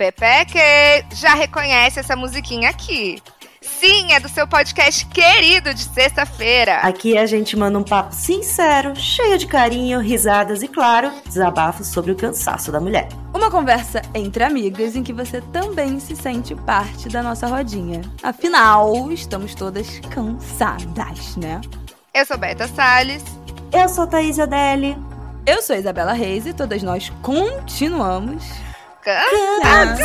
Pepeque, já reconhece essa musiquinha aqui. Sim, é do seu podcast querido de sexta-feira. Aqui a gente manda um papo sincero, cheio de carinho, risadas e, claro, desabafos sobre o cansaço da mulher. Uma conversa entre amigas em que você também se sente parte da nossa rodinha. Afinal, estamos todas cansadas, né? Eu sou Beta Salles. Eu sou Thaís Adeli. Eu sou Isabela Reis e todas nós continuamos... cansadas.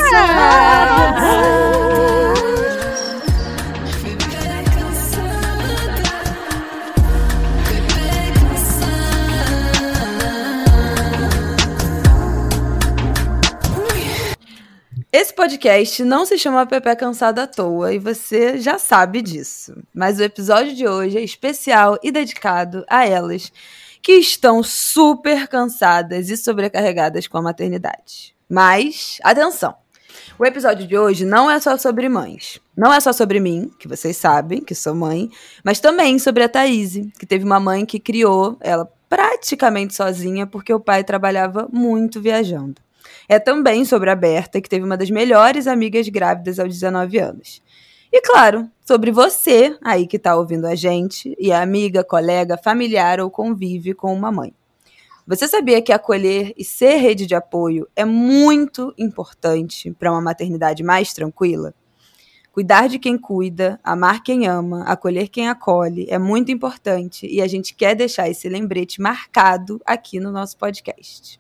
Esse podcast não se chama Pepe Cansada à toa e você já sabe disso. Mas o episódio de hoje é especial e dedicado a elas que estão super cansadas e sobrecarregadas com a maternidade. Mas, atenção! O episódio de hoje não é só sobre mães. Não é só sobre mim, que vocês sabem que sou mãe, mas também sobre a Thaís, que teve uma mãe que criou ela praticamente sozinha porque o pai trabalhava muito viajando. É também sobre a Berta, que teve uma das melhores amigas grávidas aos 19 anos. E claro, sobre você, aí que tá ouvindo a gente, e é amiga, colega, familiar ou convive com uma mãe. Você sabia que acolher e ser rede de apoio é muito importante para uma maternidade mais tranquila? Cuidar de quem cuida, amar quem ama, acolher quem acolhe é muito importante e a gente quer deixar esse lembrete marcado aqui no nosso podcast.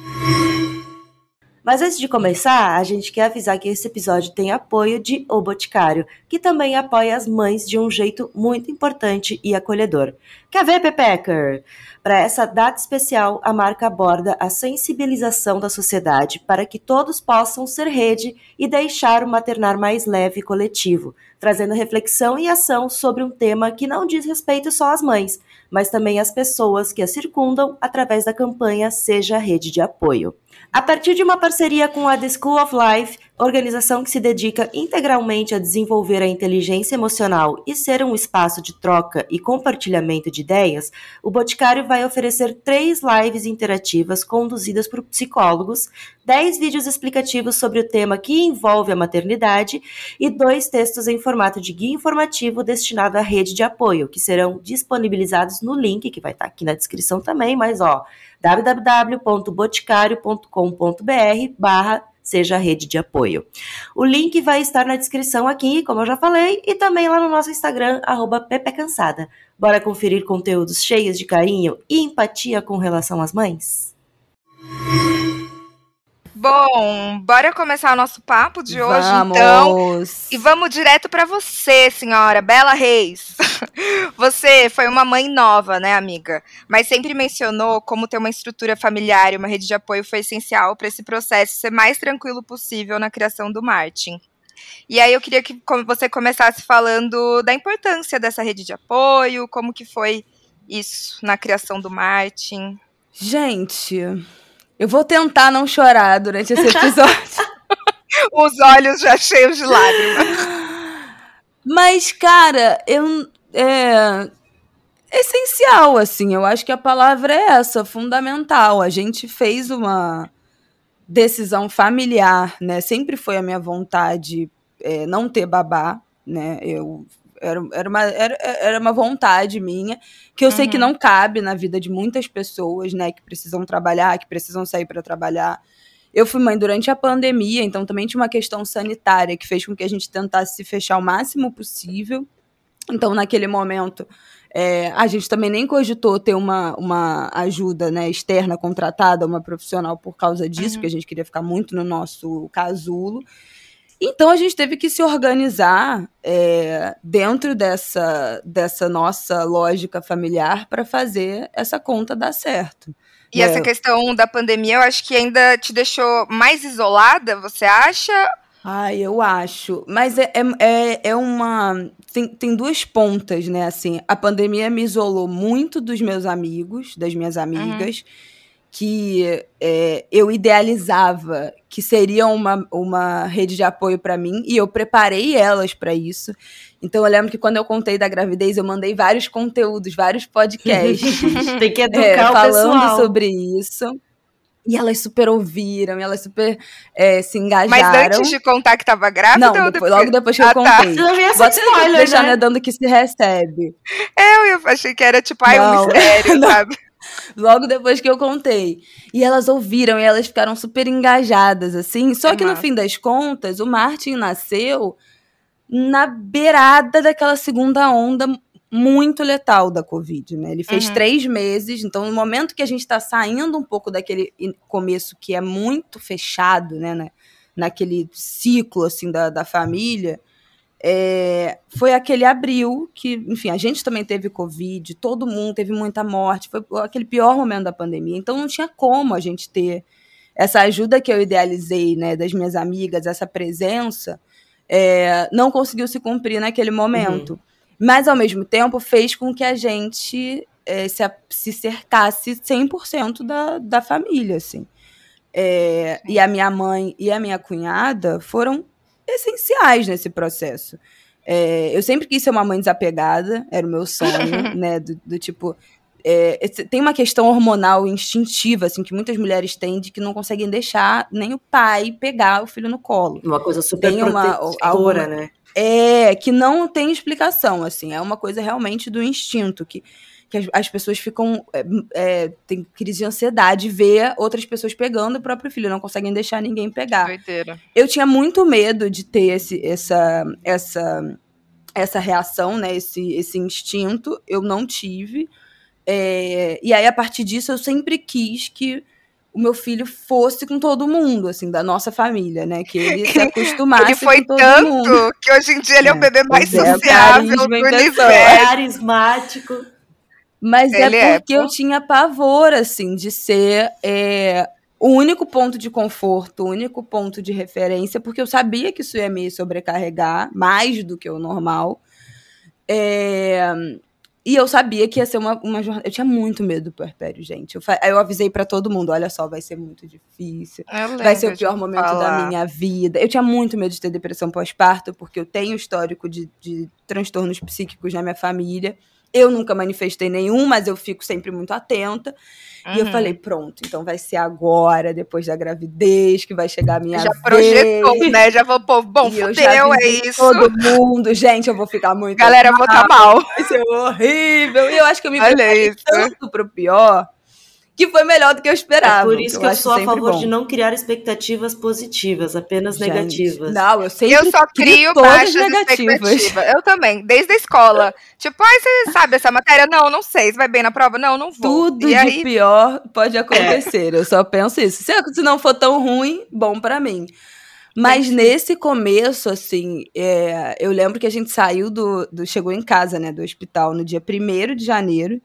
Mas antes de começar, a gente quer avisar que esse episódio tem apoio de O Boticário, que também apoia as mães de um jeito muito importante e acolhedor. Quer ver, Pepecker? Para essa data especial, a marca aborda a sensibilização da sociedade para que todos possam ser rede e deixar o maternar mais leve e coletivo, trazendo reflexão e ação sobre um tema que não diz respeito só às mães, mas também às pessoas que a circundam através da campanha Seja Rede de Apoio. A partir de uma parceria com a The School of Life, organização que se dedica integralmente a desenvolver a inteligência emocional e ser um espaço de troca e compartilhamento de ideias, o Boticário vai oferecer 3 lives interativas conduzidas por psicólogos, 10 vídeos explicativos sobre o tema que envolve a maternidade e 2 textos em formato de guia informativo destinado à rede de apoio, que serão disponibilizados no link, que vai estar aqui na descrição também, mas www.boticário.com.br/Seja Rede de Apoio. O link vai estar na descrição aqui, como eu já falei, e também lá no nosso Instagram, @pepecansada. Bora conferir conteúdos cheios de carinho e empatia com relação às mães? Bom, bora começar o nosso papo de hoje, Vamos. então. E vamos direto para você, senhora Bela Reis. Você foi uma mãe nova, né, amiga? Mas sempre mencionou como ter uma estrutura familiar e uma rede de apoio foi essencial para esse processo ser mais tranquilo possível na criação do Martin. E aí eu queria que você começasse falando da importância dessa rede de apoio, como que foi isso na criação do Martin. Gente, eu vou tentar não chorar durante esse episódio. Os olhos já cheios de lágrimas. Mas, cara, é essencial, assim. Eu acho que a palavra é essa, fundamental. A gente fez uma decisão familiar, né? Sempre foi a minha vontade não ter babá, né? Era uma vontade minha, que eu sei que não cabe na vida de muitas pessoas, né? Que precisam trabalhar, que precisam sair para trabalhar. Eu fui mãe durante a pandemia, então também tinha uma questão sanitária que fez com que a gente tentasse se fechar o máximo possível. Então, naquele momento, a gente também nem cogitou ter uma ajuda, né, externa contratada, uma profissional por causa disso, porque a gente queria ficar muito no nosso casulo. Então, a gente teve que se organizar dentro dessa nossa lógica familiar para fazer essa conta dar certo. E essa questão da pandemia, eu acho que ainda te deixou mais isolada, você acha? Ai, eu acho. Mas uma... Tem 2 pontas, né? Assim, a pandemia me isolou muito dos meus amigos, das minhas amigas, que eu idealizava que seria uma rede de apoio para mim, e eu preparei elas para isso. Então, eu lembro que quando eu contei da gravidez, eu mandei vários conteúdos, vários podcasts. Tem que educar o falando pessoal. sobre isso. E elas super ouviram, e elas super se engajaram. Mas antes de contar que tava grávida? Não, logo depois que eu contei. Não ia ser Vou até spoiler, deixar, né? dando que se recebe. Eu achei que era tipo, um mistério, sabe? Logo depois que eu contei. E elas ouviram, e elas ficaram super engajadas, assim. Só que no fim das contas, o Martin nasceu na beirada daquela segunda onda muito letal da Covid, né? Ele fez 3 meses, então no momento que a gente tá saindo um pouco daquele começo que é muito fechado, né? Naquele ciclo, assim, da família, foi aquele abril que, enfim, a gente também teve Covid, todo mundo teve muita morte, foi aquele pior momento da pandemia, então não tinha como a gente ter essa ajuda que eu idealizei, né, das minhas amigas, essa presença, não conseguiu se cumprir naquele momento. Mas, ao mesmo tempo, fez com que a gente se cercasse 100% da família, assim. E a minha mãe e a minha cunhada foram essenciais nesse processo. Eu sempre quis ser uma mãe desapegada, era o meu sonho, né? Do tipo... tem uma questão hormonal instintiva, assim, que muitas mulheres têm, de que não conseguem deixar nem o pai pegar o filho no colo. Uma coisa super protetora, né? Que não tem explicação, assim. É uma coisa realmente do instinto, que as pessoas ficam... tem crise de ansiedade, ver outras pessoas pegando o próprio filho, não conseguem deixar ninguém pegar. Doideira. Eu tinha muito medo de ter essa reação, né? Esse instinto. Eu não tive. E aí, a partir disso, eu sempre quis que o meu filho fosse com todo mundo, assim, da nossa família, né? Que ele se acostumasse com todo mundo. Ele foi tanto que hoje em dia ele é o bebê mais sociável do universo. Carismático. Mas porque eu tinha pavor, assim, de ser o único ponto de conforto, o único ponto de referência, porque eu sabia que isso ia me sobrecarregar mais do que o normal. E eu sabia que ia ser uma jornada. Eu tinha muito medo do puerpério, gente. Eu avisei pra todo mundo, olha só, vai ser muito difícil. Vai ser o pior momento da minha vida. Eu tinha muito medo de ter depressão pós-parto, porque eu tenho histórico de transtornos psíquicos na minha família. Eu nunca manifestei nenhum, mas eu fico sempre muito atenta. E eu falei, pronto, então vai ser agora, depois da gravidez, que vai chegar a minha vez. Já projetou, né? Já vou, bom, fudeu, é isso. Todo mundo, gente, eu vou ficar muito Galera, eu vou estar mal. Vai ser horrível. E eu acho que eu me preparei tanto pro pior, que foi melhor do que eu esperava. É por isso que eu sou a favor de não criar expectativas positivas, apenas negativas. Não, eu só crio baixas negativas. Eu também, desde a escola. Tipo, você sabe essa matéria? Não sei. Você vai bem na prova? Não vou. Tudo de pior pode acontecer. Eu só penso isso. Se não for tão ruim, bom pra mim. Mas nesse começo, assim, eu lembro que a gente saiu chegou em casa, né, do hospital no dia 1º de janeiro.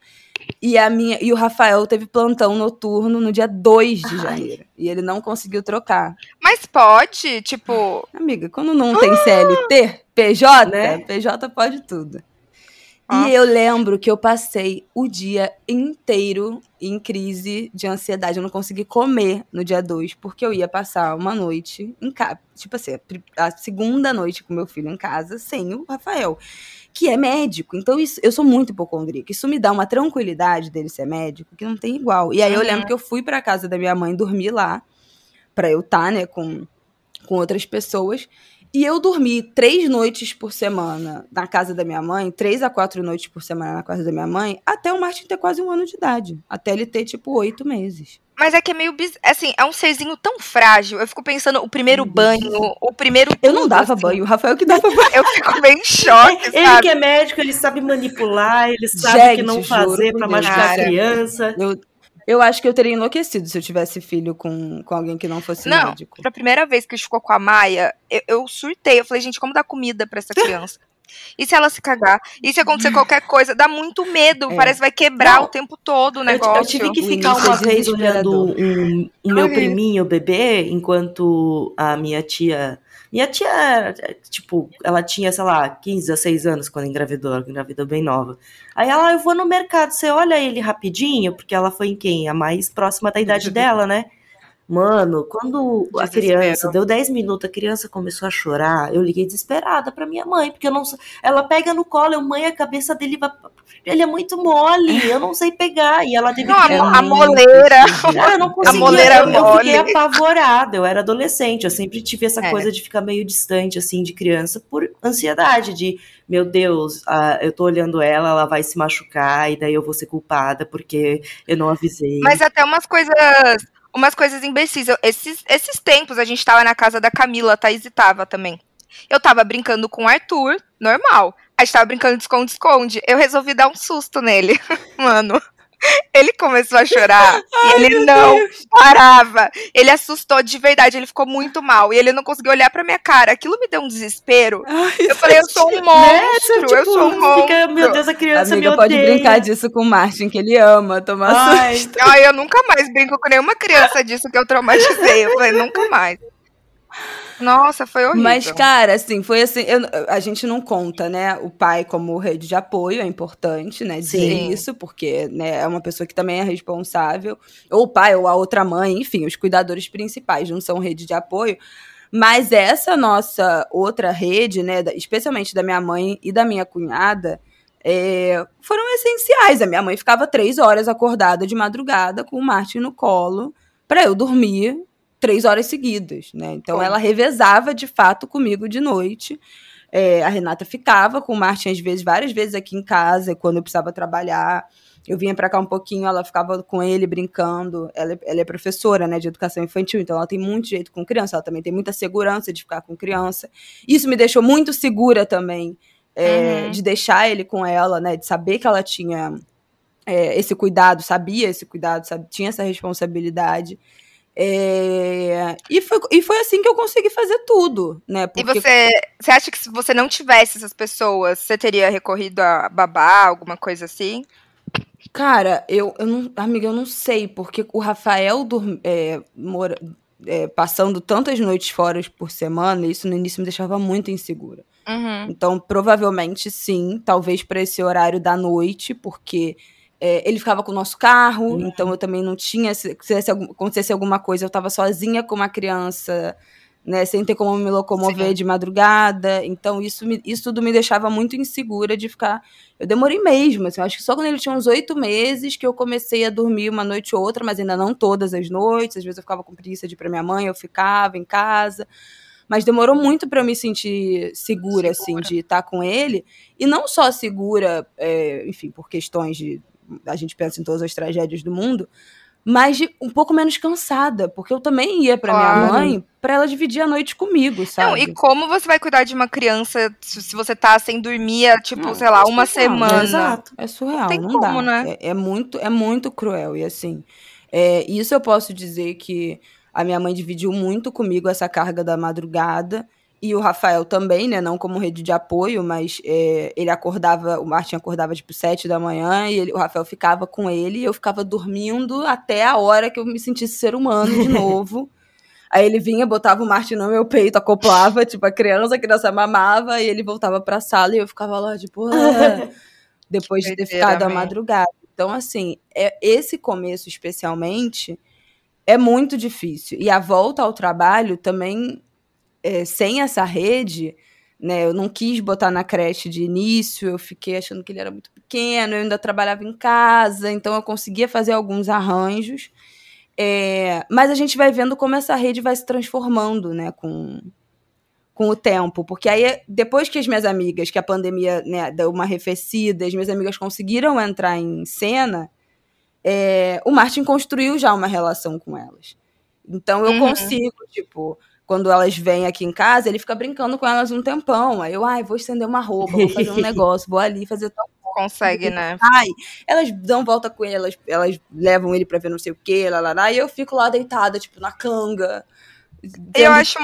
E o Rafael teve plantão noturno no dia 2 de janeiro. E ele não conseguiu trocar. Mas pode, tipo... Amiga, quando não tem CLT, PJ, né? PJ pode tudo. E eu lembro que eu passei o dia inteiro em crise de ansiedade. Eu não consegui comer no dia 2, porque eu ia passar uma noite em casa. Tipo assim, a segunda noite com meu filho em casa, sem o Rafael, que é médico. Então, eu sou muito hipocondríaca. Isso me dá uma tranquilidade dele ser médico que não tem igual. E aí eu lembro que eu fui pra casa da minha mãe dormir lá, pra eu estar, né, com outras pessoas. E eu dormi 3 noites por semana na casa da minha mãe, 3 a 4 noites por semana na casa da minha mãe, até o Martin ter quase 1 ano de idade. Até ele ter, 8 meses. Mas é que é meio... Assim, é um serzinho tão frágil. Eu fico pensando, o primeiro banho, o primeiro tudo, eu não dava banho, o Rafael que dava banho. Eu fico bem em choque, sabe? Ele que é médico, ele sabe manipular, ele sabe o que não fazer pra machucar a criança. Eu acho que eu teria enlouquecido se eu tivesse filho com alguém que não fosse médico. Pra primeira vez que a gente ficou com a Maia, eu surtei. Eu falei, gente, como dar comida pra essa criança? E se ela se cagar? E se acontecer qualquer coisa? Dá muito medo. Parece que vai quebrar o tempo todo o negócio. Eu tive que ficar uma vez olhando o meu priminho, o bebê, enquanto a minha tia... Minha tia, tipo, ela tinha, sei lá, 15, 16 anos quando engravidou bem nova. Aí ela, eu vou no mercado, você olha ele rapidinho, porque ela foi em quem? A mais próxima da idade dela, né? Mano, quando a Desespero. criança deu 10 minutos, a criança começou a chorar, eu liguei desesperada pra minha mãe, porque eu não, ela pega no colo, mãe, a cabeça dele vai, ele é muito mole, eu não sei pegar, e ela teve Não, que... a moleira. Eu não conseguia, moleira eu fiquei mole. apavorada, eu era adolescente, eu sempre tive essa É. coisa de ficar meio distante, assim, de criança, por ansiedade, de, meu Deus, eu tô olhando ela vai se machucar, e daí eu vou ser culpada, porque eu não avisei. Mas até umas coisas imbecis. Esses tempos a gente tava na casa da Camila, a Thaís tava também. Eu tava brincando com o Arthur, normal. A gente tava brincando de esconde-esconde. Eu resolvi dar um susto nele. Mano, ele começou a chorar e ele não parava. Ele assustou de verdade, ele ficou muito mal. E ele não conseguiu olhar pra minha cara. Aquilo me deu um desespero. Eu falei, eu sou um monstro, eu sou um monstro. Meu Deus, a criança Amiga, me pode odeia. brincar disso com o Martin, que ele ama tomar susto. Ai, eu nunca mais brinco com nenhuma criança disso que eu traumatizei. Eu falei, nunca mais. Nossa, foi horrível. Mas, cara, assim, foi assim, a gente não conta, né, o pai como rede de apoio, é importante, né, dizer Sim. isso, porque, né, é uma pessoa que também é responsável, ou o pai, ou a outra mãe, enfim, os cuidadores principais não são rede de apoio, mas essa nossa outra rede, né, especialmente da minha mãe e da minha cunhada, foram essenciais. A minha mãe ficava 3 horas acordada de madrugada com o Martin no colo pra eu dormir 3 horas seguidas, né? Então ela revezava de fato comigo de noite. A Renata ficava com o Martin às vezes, várias vezes aqui em casa, quando eu precisava trabalhar. Eu vinha pra cá um pouquinho, ela ficava com ele brincando. Ela é professora, né, de educação infantil, então ela tem muito jeito com criança, ela também tem muita segurança de ficar com criança. Isso me deixou muito segura também, de deixar ele com ela, né, de saber que ela tinha esse cuidado, sabia esse cuidado, tinha essa responsabilidade. E foi assim que eu consegui fazer tudo, né? Porque... E você acha que se você não tivesse essas pessoas, você teria recorrido a babá, alguma coisa assim? Cara, amiga, eu não sei, porque o Rafael passando tantas noites fora por semana, isso no início me deixava muito insegura. Então, provavelmente sim, talvez para esse horário da noite, porque ele ficava com o nosso carro, então eu também não tinha, se acontecesse alguma coisa, eu estava sozinha com uma criança, né, sem ter como me locomover de madrugada. Então isso tudo me deixava muito insegura de ficar. Eu demorei mesmo, assim, eu acho que só quando ele tinha uns 8 meses que eu comecei a dormir uma noite ou outra, mas ainda não todas as noites. Às vezes eu ficava com preguiça de ir pra minha mãe, eu ficava em casa. Mas demorou muito para eu me sentir segura, assim, de estar com ele. E não só segura, enfim, por questões de... A gente pensa em todas as tragédias do mundo, mas um pouco menos cansada, porque eu também ia pra minha mãe pra ela dividir a noite comigo, sabe? Não, e como você vai cuidar de uma criança se você tá sem dormir, tipo, sei lá, uma semana? Exato. É surreal, não tem não como, dá. né? É muito cruel, e assim, isso eu posso dizer que a minha mãe dividiu muito comigo essa carga da madrugada, e o Rafael também, né, não como rede de apoio, mas ele acordava, o Martin acordava tipo 7 da manhã, e o Rafael ficava com ele, e eu ficava dormindo até a hora que eu me sentisse ser humano de novo. Aí ele vinha, botava o Martin no meu peito, acoplava, tipo, a criança mamava, e ele voltava pra sala, e eu ficava lá, tipo, depois de ter ficado a madrugada. Então, assim, esse começo especialmente é muito difícil. E a volta ao trabalho também... sem essa rede, né, eu não quis botar na creche de início, eu fiquei achando que ele era muito pequeno, eu ainda trabalhava em casa, então eu conseguia fazer alguns arranjos, mas a gente vai vendo como essa rede vai se transformando, né, com o tempo, porque aí depois que as minhas amigas, que a pandemia, né, deu uma arrefecida, as minhas amigas conseguiram entrar em cena, o Martin construiu já uma relação com elas. Então eu consigo, tipo... Quando elas vêm aqui em casa, ele fica brincando com elas um tempão. Aí eu, vou estender uma roupa, vou fazer um negócio, vou ali fazer tal coisa. Consegue, né? Elas dão volta com ele, elas levam ele pra ver não sei o quê, e eu fico lá deitada, tipo, na canga. Eu acho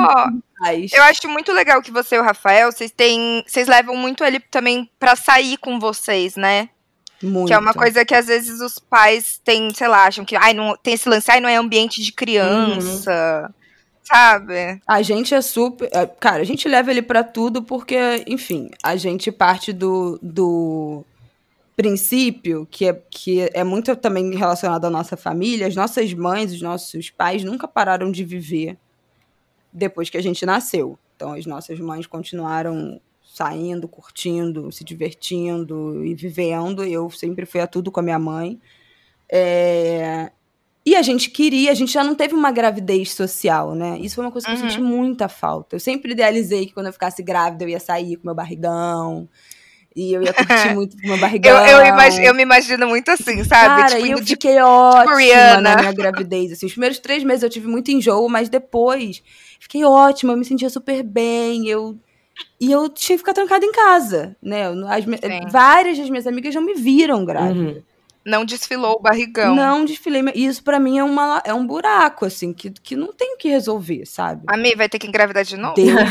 muito legal que você e o Rafael, vocês levam muito ele também pra sair com vocês, né? Muito. Que é uma coisa que às vezes os pais têm, sei lá, acham que não tem esse lance, não é ambiente de criança... Sabe? A gente é super... Cara, a gente leva ele pra tudo porque, enfim, a gente parte do princípio, que é muito também relacionado à nossa família, as nossas mães, os nossos pais nunca pararam de viver depois que a gente nasceu. Então, as nossas mães continuaram saindo, curtindo, se divertindo e vivendo. Eu sempre fui a tudo com a minha mãe. E a gente já não teve uma gravidez social, né? Isso foi uma coisa que eu senti muita falta. Eu sempre idealizei que quando eu ficasse grávida eu ia sair com meu barrigão. E eu ia curtir muito com meu barrigão. Eu me imagino muito assim, sabe? Cara, e eu fiquei ótima na minha gravidez. Assim, os primeiros 3 meses eu tive muito enjoo, mas depois fiquei ótima, eu me sentia super bem. E eu tinha que ficar trancada em casa, né? Várias das minhas amigas não me viram grávida. Não desfilou o barrigão. Não desfilei. E isso pra mim é um buraco, assim, que não tem o que resolver, sabe? Ami, vai ter que engravidar de novo? Deus.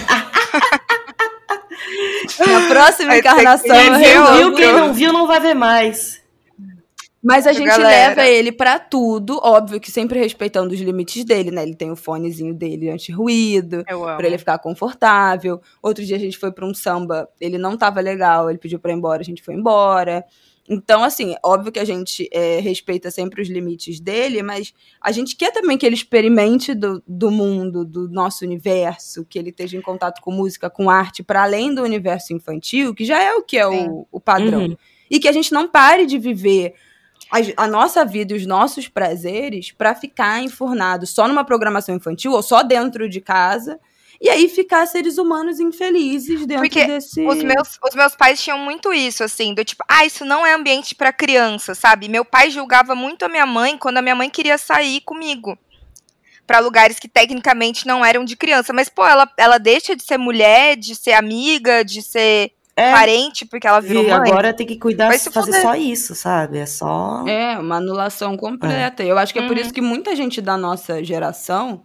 Na próxima encarnação eu resolvo. Quem não viu não vai ver mais. Mas a gente leva ele pra tudo, óbvio que sempre respeitando os limites dele, né? Ele tem o fonezinho dele anti-ruído, pra ele ficar confortável. Outro dia a gente foi pra um samba, ele não tava legal, ele pediu pra ir embora, a gente foi embora. Então, assim, óbvio que a gente respeita sempre os limites dele, mas a gente quer também que ele experimente do mundo, do nosso universo, que ele esteja em contato com música, com arte, para além do universo infantil, que já é o que é o padrão. E que a gente não pare de viver a nossa vida e os nossos prazeres para ficar enfurnado só numa programação infantil ou só dentro de casa. E aí ficar seres humanos infelizes dentro desse... Os meus pais tinham muito isso, assim, do tipo, isso não é ambiente pra criança, sabe? Meu pai julgava muito a minha mãe quando a minha mãe queria sair comigo pra lugares que tecnicamente não eram de criança. Mas, pô, ela deixa de ser mulher, de ser amiga, de ser parente, porque ela virou mãe. E agora tem que cuidar, fazer só isso, sabe? É só... uma anulação completa. Eu acho que é por isso que muita gente da nossa geração...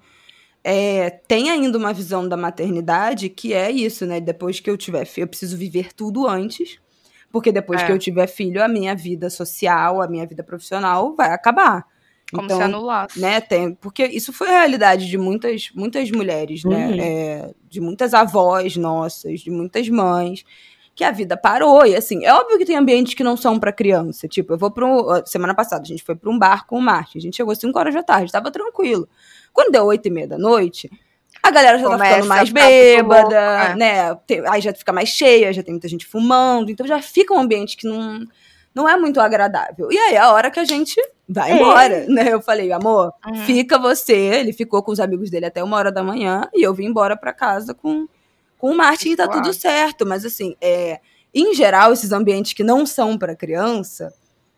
tem ainda uma visão da maternidade que é isso, né? Depois que eu tiver filho, eu preciso viver tudo antes, porque depois que eu tiver filho, a minha vida social, a minha vida profissional vai acabar. Como se anulasse. Né, porque isso foi a realidade de muitas mulheres, né? De muitas avós nossas, de muitas mães, que a vida parou. E assim, é óbvio que tem ambientes que não são pra criança. Tipo, eu vou semana passada, a gente foi pra um bar com o Martin. A gente chegou às 5 horas da tarde, tava tranquilo. Quando deu 8h30 da noite, a galera já tá ficando mais bêbada, né? Aí já fica mais cheia, já tem muita gente fumando. Então já fica um ambiente que não é muito agradável. E aí é a hora que a gente vai embora, né? Eu falei, amor, fica você. Ele ficou com os amigos dele até 1h da manhã e eu vim embora pra casa com o Martin e tá tudo certo. Mas assim, em geral, esses ambientes que não são pra criança...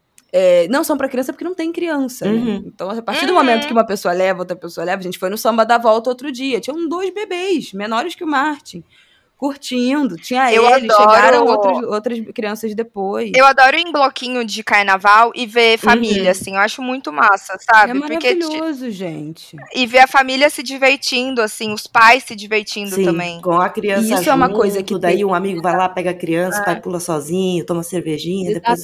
não são pra criança porque não tem criança, né? Então, a partir do momento que uma pessoa leva, outra pessoa leva, a gente foi no samba da volta outro dia, tinham 2 bebês, menores que o Martin, curtindo, chegaram outras crianças depois. Eu adoro ir em bloquinho de carnaval e ver família, assim, eu acho muito massa, sabe? É maravilhoso, gente. E ver a família se divertindo, assim, os pais se divertindo também. Com a criança isso junto, é uma coisa que daí um amigo vai lá, pega a criança, o pai pula sozinho, toma cervejinha, depois...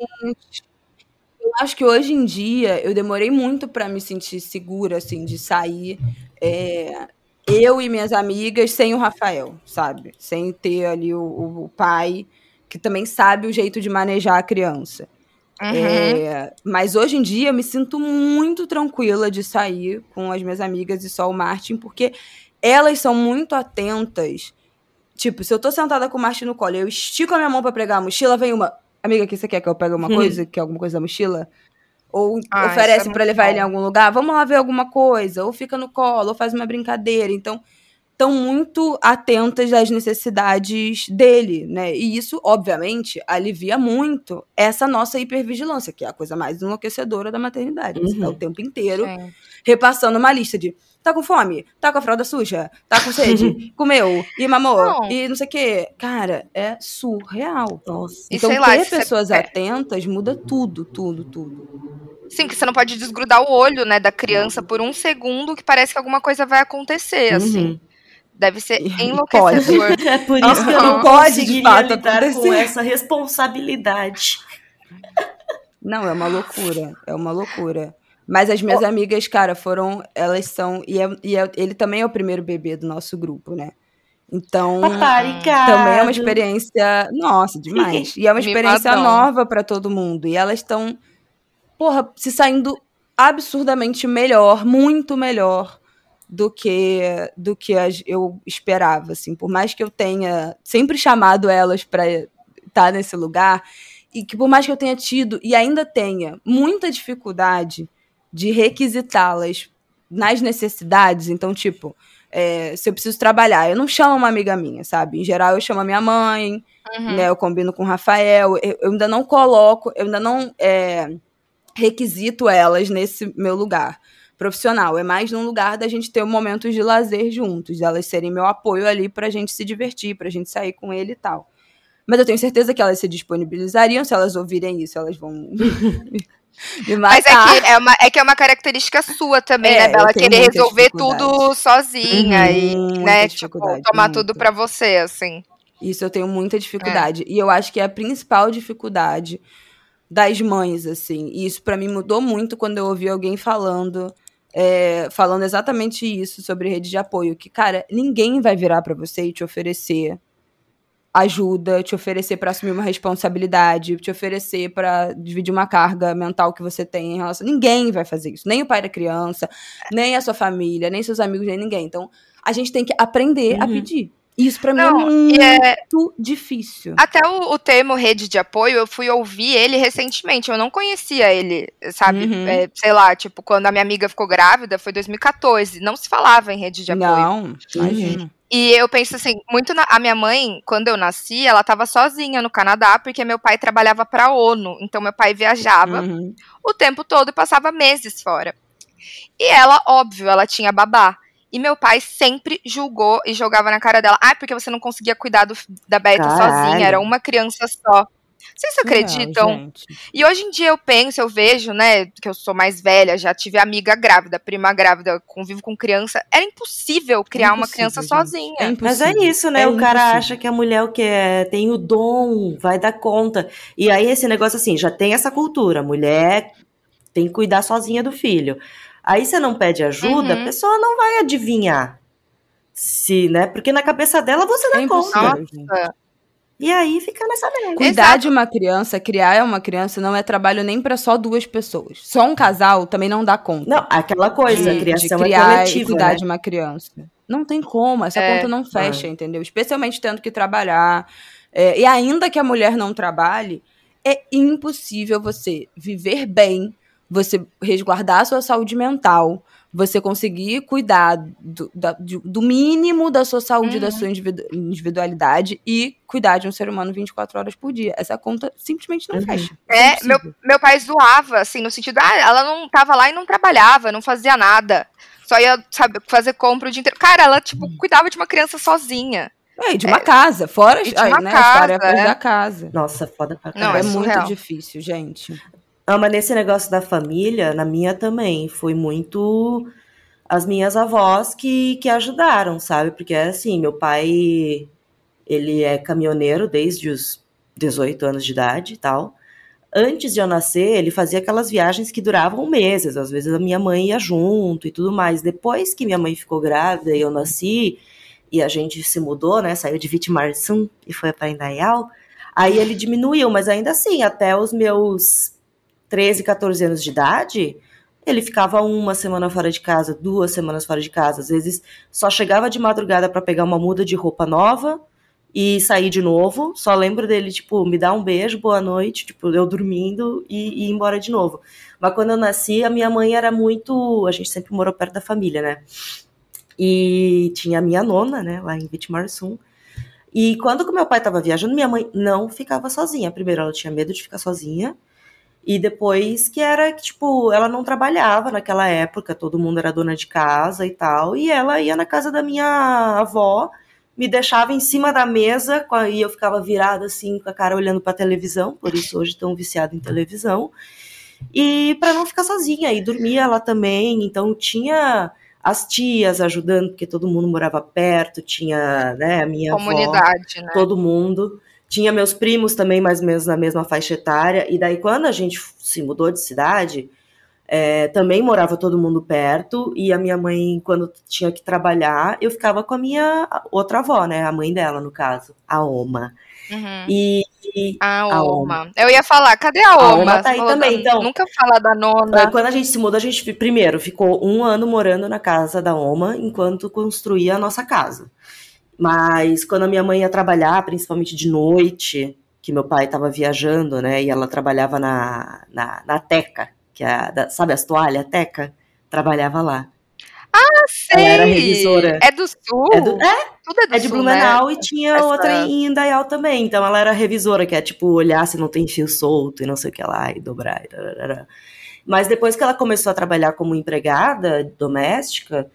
Eu acho que hoje em dia eu demorei muito pra me sentir segura, assim, de sair. Eu e minhas amigas sem o Rafael, sabe? Sem ter ali o pai, que também sabe o jeito de manejar a criança. Mas hoje em dia eu me sinto muito tranquila de sair com as minhas amigas e só o Martin, porque elas são muito atentas. Tipo, se eu tô sentada com o Martin no colo e eu estico a minha mão pra pregar a mochila, vem uma... Amiga, que você quer que eu pegue alguma coisa? Quer alguma coisa da mochila? Ou oferece pra levar ele em algum lugar? Vamos lá ver alguma coisa. Ou fica no colo, ou faz uma brincadeira. Então, estão muito atentas às necessidades dele, né? E isso, obviamente, alivia muito essa nossa hipervigilância, que é a coisa mais enlouquecedora da maternidade. Você tá o tempo inteiro repassando uma lista de tá com fome? Tá com a fralda suja? Tá com sede? Comeu? E mamou? E não sei o quê. Cara, é surreal. Nossa. Então, ter pessoas atentas muda tudo. Sim, porque você não pode desgrudar o olho, né, da criança por um segundo que parece que alguma coisa vai acontecer, assim. Deve ser enlouquecedor. É por isso que eu não conseguiria lidar com essa responsabilidade. Não, é uma loucura. Mas as minhas amigas, cara, elas são... ele também é o primeiro bebê do nosso grupo, né? Então, Paparicado. também é uma experiência, nossa, demais. E é uma experiência Mimadão. nova pra todo mundo. E elas estão, porra, se saindo absurdamente melhor, muito melhor do que eu esperava, assim. Por mais que eu tenha sempre chamado elas pra estar nesse lugar, e que por mais que eu tenha tido e ainda tenha muita dificuldade de requisitá-las nas necessidades, então, tipo, se eu preciso trabalhar, eu não chamo uma amiga minha, sabe? Em geral, eu chamo a minha mãe, né? Eu combino com o Rafael, eu ainda não coloco, eu ainda não requisito elas nesse meu lugar profissional. É mais num lugar da gente ter momentos de lazer juntos, elas serem meu apoio ali pra gente se divertir, pra gente sair com ele e tal. Mas eu tenho certeza que elas se disponibilizariam, se elas ouvirem isso, elas vão me Mas matar. é que é uma característica sua também, né, Eu Bela? tenho Querer muita resolver dificuldade. tudo sozinha e, Muita né, tipo, dificuldade, tomar muita. tudo pra você, assim. Isso eu tenho muita dificuldade. E eu acho que é a principal dificuldade das mães, assim. E isso pra mim mudou muito quando eu ouvi alguém falando exatamente isso sobre rede de apoio. Que, cara, ninguém vai virar pra você e te oferecer ajuda, te oferecer pra assumir uma responsabilidade, te oferecer pra dividir uma carga mental que você tem em relação... Ninguém vai fazer isso. Nem o pai da criança, nem a sua família, nem seus amigos, nem ninguém. Então, a gente tem que aprender a pedir. Isso pra mim é Não, muito difícil. Até o termo rede de apoio, eu fui ouvir ele recentemente, eu não conhecia ele, sabe? Sei lá, tipo, quando a minha amiga ficou grávida, foi 2014, não se falava em rede de apoio. Não, imagina. E eu penso assim, a minha mãe, quando eu nasci, ela tava sozinha no Canadá, porque meu pai trabalhava pra ONU, então meu pai viajava o tempo todo e passava meses fora. E ela, óbvio, ela tinha babá. E meu pai sempre julgou e jogava na cara dela. Porque você não conseguia cuidar da Beta sozinha, era uma criança só. Vocês acreditam? Gente. E hoje em dia eu vejo, né, que eu sou mais velha, já tive amiga grávida, prima grávida, convivo com criança. Era impossível criar uma criança gente. sozinha. Mas é isso, né? O cara acha que a mulher tem o dom, vai dar conta. E aí esse negócio assim, já tem essa cultura, a mulher tem que cuidar sozinha do filho. Aí você não pede ajuda, a pessoa não vai adivinhar. Né? Porque na cabeça dela você dá conta. Nossa. E aí fica nessa merda. Cuidar de uma criança, criar uma criança, não é trabalho nem pra só duas pessoas. Só um casal também não dá conta. Não, aquela coisa, a criação de criar é coletiva, e cuidar né? de uma criança. Não tem como, essa conta não fecha, entendeu? Especialmente tendo que trabalhar. E ainda que a mulher não trabalhe, é impossível você viver bem, você resguardar a sua saúde mental, você conseguir cuidar do mínimo da sua saúde, da sua individualidade e cuidar de um ser humano 24 horas por dia. Essa conta simplesmente não fecha. Meu pai zoava, assim, no sentido, ela não tava lá e não trabalhava, não fazia nada. Só ia, sabe, fazer compra o dia inteiro. Cara, ela, tipo, cuidava de uma criança sozinha. E de uma casa, fora as tarefas da casa. Nossa, foda pra Não, caralho. É muito difícil, gente. Mas nesse negócio da família, na minha também, foi muito as minhas avós que ajudaram, sabe? Porque assim, meu pai, ele é caminhoneiro desde os 18 anos de idade e tal. Antes de eu nascer, ele fazia aquelas viagens que duravam meses, às vezes a minha mãe ia junto e tudo mais. Depois que minha mãe ficou grávida e eu nasci, e a gente se mudou, né, saiu de Vitimarsum e foi para Indaial, aí ele diminuiu, mas ainda assim, até os meus 13, 14 anos de idade, ele ficava uma semana fora de casa, 2 semanas fora de casa, às vezes só chegava de madrugada para pegar uma muda de roupa nova e sair de novo. Só lembro dele, tipo, me dar um beijo, boa noite, tipo, eu dormindo e ir embora de novo. Mas quando eu nasci, a minha mãe era muito... A gente sempre morou perto da família, né? E tinha a minha nona, né, lá em Vitimarsum. E quando o meu pai tava viajando, minha mãe não ficava sozinha. Primeiro, ela tinha medo de ficar sozinha. E depois que era, tipo, ela não trabalhava naquela época, todo mundo era dona de casa e tal. E ela ia na casa da minha avó, me deixava em cima da mesa, e eu ficava virada assim, com a cara olhando pra televisão, por isso hoje tão viciada em televisão. E pra não ficar sozinha, e dormia lá também, então tinha as tias ajudando, porque todo mundo morava perto, tinha, né, a minha comunidade, avó, né? todo mundo. Tinha meus primos também, mais ou menos na mesma faixa etária, e daí quando a gente se mudou de cidade, Também morava todo mundo perto, e a minha mãe, quando tinha que trabalhar, eu ficava com a minha outra avó, né? A mãe dela, no caso, a Oma. Uhum. A a Oma. Eu ia falar, cadê a A Oma? Oma tá Você aí falou também, então. Nunca fala da nona. Quando a gente se muda, a gente primeiro ficou 1 ano morando na casa da Oma, enquanto construía a nossa casa. Mas quando a minha mãe ia trabalhar, principalmente de noite, que meu pai estava viajando, né? E ela trabalhava na Teca, que sabe as toalhas, Teca? Trabalhava lá. Sei! Ela era revisora. É do Sul? Tudo é do de Sul, Blumenau, né? e tinha outra em Indaial também. Então ela era revisora, que é tipo olhar se não tem fio solto e não sei o que lá, e dobrar. Mas depois que ela começou a trabalhar como empregada doméstica,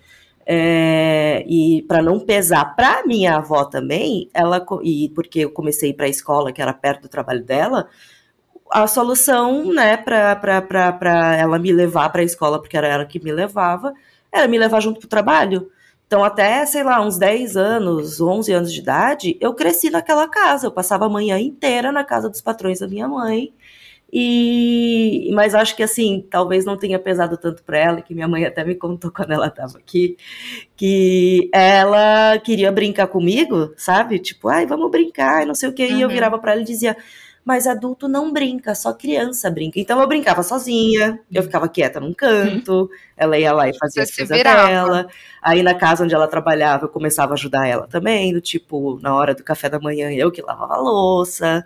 e para não pesar para minha avó também, e porque eu comecei a ir para a escola, que era perto do trabalho dela, a solução, né, para ela me levar para a escola, porque era ela que me levava, era me levar junto pro trabalho. Então, até, sei lá, uns 10 anos, 11 anos de idade, eu cresci naquela casa. Eu passava a manhã inteira na casa dos patrões da minha mãe. Mas acho que, assim, talvez não tenha pesado tanto para ela, que minha mãe até me contou quando ela estava aqui, que ela queria brincar comigo, sabe? Tipo, ai, vamos brincar, e não sei o quê. E eu virava para ela e dizia, mas adulto não brinca, só criança brinca. Então eu brincava sozinha, eu ficava quieta num canto, ela ia lá e fazia as coisas dela. Aí na casa onde ela trabalhava, eu começava a ajudar ela também, do tipo, na hora do café da manhã, eu que lavava a louça.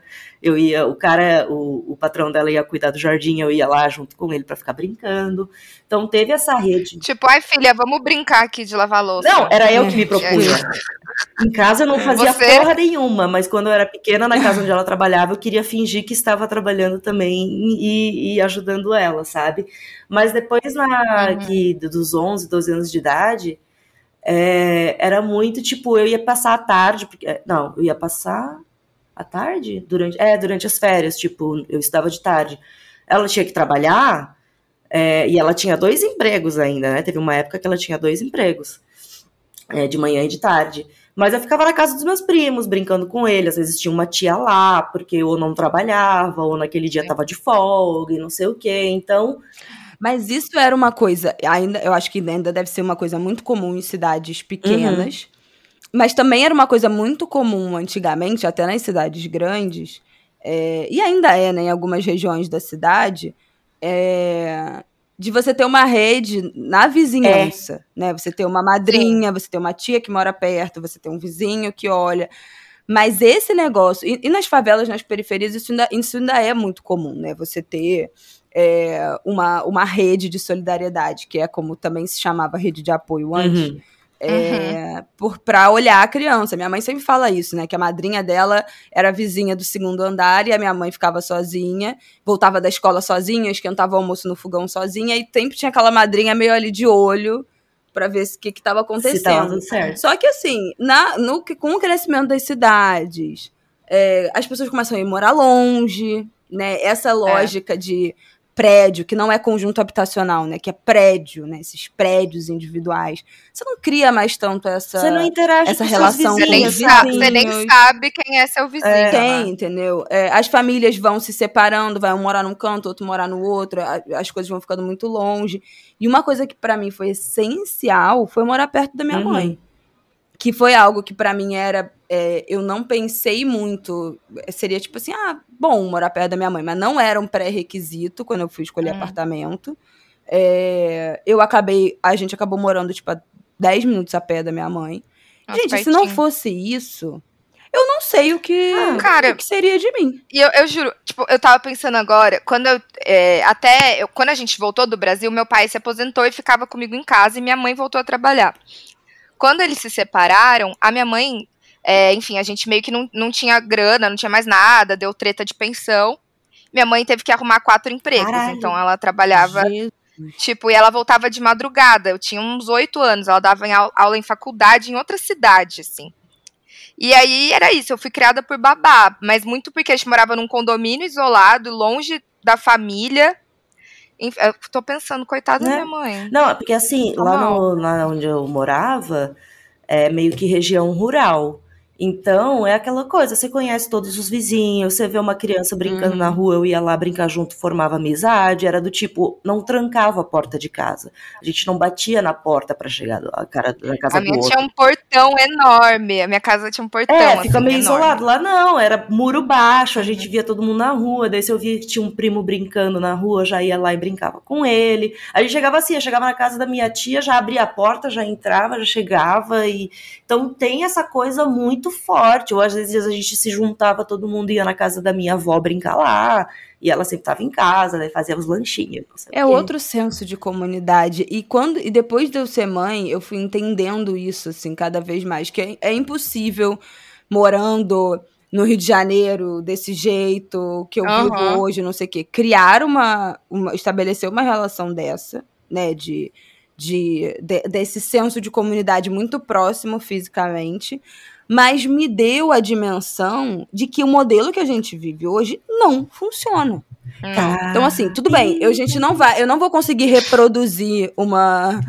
O patrão dela ia cuidar do jardim, eu ia lá junto com ele pra ficar brincando. Então teve essa rede. Tipo, ai filha, vamos brincar aqui de lavar louça. Não, era eu que me propunha. Em casa eu não fazia porra nenhuma, mas quando eu era pequena, na casa onde ela trabalhava, eu queria fingir que estava trabalhando também e ajudando ela, sabe? Mas depois dos 11, 12 anos de idade, era muito, tipo, eu ia passar a tarde, eu ia passar a tarde? Durante as férias, tipo, eu estudava de tarde. Ela tinha que trabalhar, e ela tinha 2 empregos ainda, né? Teve uma época que ela tinha 2 empregos, de manhã e de tarde. Mas eu ficava na casa dos meus primos, brincando com ele. Às vezes tinha uma tia lá, porque ou não trabalhava, ou naquele dia tava de folga e não sei o quê. Então... Mas isso era uma coisa, eu acho que ainda deve ser uma coisa muito comum em cidades pequenas, mas também era uma coisa muito comum antigamente, até nas cidades grandes, e ainda né, em algumas regiões da cidade, de você ter uma rede na vizinhança, né? Você ter uma madrinha, você ter uma tia que mora perto, você ter um vizinho que olha. Mas esse negócio... E nas favelas, nas periferias, isso ainda é muito comum, né? Você ter uma rede de solidariedade, que é como também se chamava rede de apoio antes, para olhar a criança. Minha mãe sempre fala isso, né? Que a madrinha dela era vizinha do 2º andar e a minha mãe ficava sozinha, voltava da escola sozinha, esquentava o almoço no fogão sozinha e sempre tinha aquela madrinha meio ali de olho para ver o que estava acontecendo. Se tava tudo certo. Só que assim, com o crescimento das cidades, as pessoas começam a ir morar longe, né? Essa lógica de prédio, que não é conjunto habitacional, né? Que é prédio, né? Esses prédios individuais. Você não cria mais tanto você não interage essa com relação seus vizinhos, você nem sabe quem é seu vizinho. Tem, entendeu? As famílias vão se separando, vai um morar num canto, outro morar no outro, as coisas vão ficando muito longe. E uma coisa que pra mim foi essencial foi morar perto da minha mãe. Que foi algo que pra mim era... eu não pensei muito. Seria tipo assim, bom morar perto da minha mãe. Mas não era um pré-requisito quando eu fui escolher apartamento. A gente acabou morando, tipo, a 10 minutos a pé da minha mãe. Nossa, gente, pertinho. se não fosse isso, eu não sei o que seria de mim. E eu juro, tipo, eu tava pensando agora, quando quando a gente voltou do Brasil, meu pai se aposentou e ficava comigo em casa, e minha mãe voltou a trabalhar. Quando eles se separaram, a minha mãe, enfim, a gente meio que não tinha grana, não tinha mais nada, deu treta de pensão. Minha mãe teve que arrumar 4 empregos, então ela trabalhava, tipo, e ela voltava de madrugada. Eu tinha uns 8 anos, ela dava aula em faculdade em outra cidade, assim. E aí era isso, eu fui criada por babá, mas muito porque a gente morava num condomínio isolado, longe da família. Eu tô pensando, coitada da minha mãe. Não, porque assim, lá onde eu morava, é meio que região rural. Então, é aquela coisa, você conhece todos os vizinhos, você vê uma criança brincando na rua, eu ia lá brincar junto, formava amizade, era do tipo, não trancava a porta de casa. A gente não batia na porta pra chegar na casa A do minha outro. tinha um portão enorme, a minha casa tinha um portão, Fica assim, meio enorme. isolado. Lá não, era muro baixo, a gente via todo mundo na rua, daí se eu via que tinha um primo brincando na rua, já ia lá e brincava com ele. A gente chegava assim, eu chegava na casa da minha tia, já abria a porta, já entrava, já chegava, e então tem essa coisa muito forte. Ou às vezes a gente se juntava, todo mundo ia na casa da minha avó brincar lá, e ela sempre estava em casa, daí fazia os lanchinhos. Não sei o quê. Outro senso de comunidade. E depois de eu ser mãe, eu fui entendendo isso, assim, cada vez mais. Que é impossível, morando no Rio de Janeiro, desse jeito, que eu vivo hoje, não sei o quê, criar estabelecer uma relação dessa, né, desse senso de comunidade muito próximo fisicamente, mas me deu a dimensão de que o modelo que a gente vive hoje não funciona. Então, assim, tudo bem, eu não vou conseguir reproduzir uma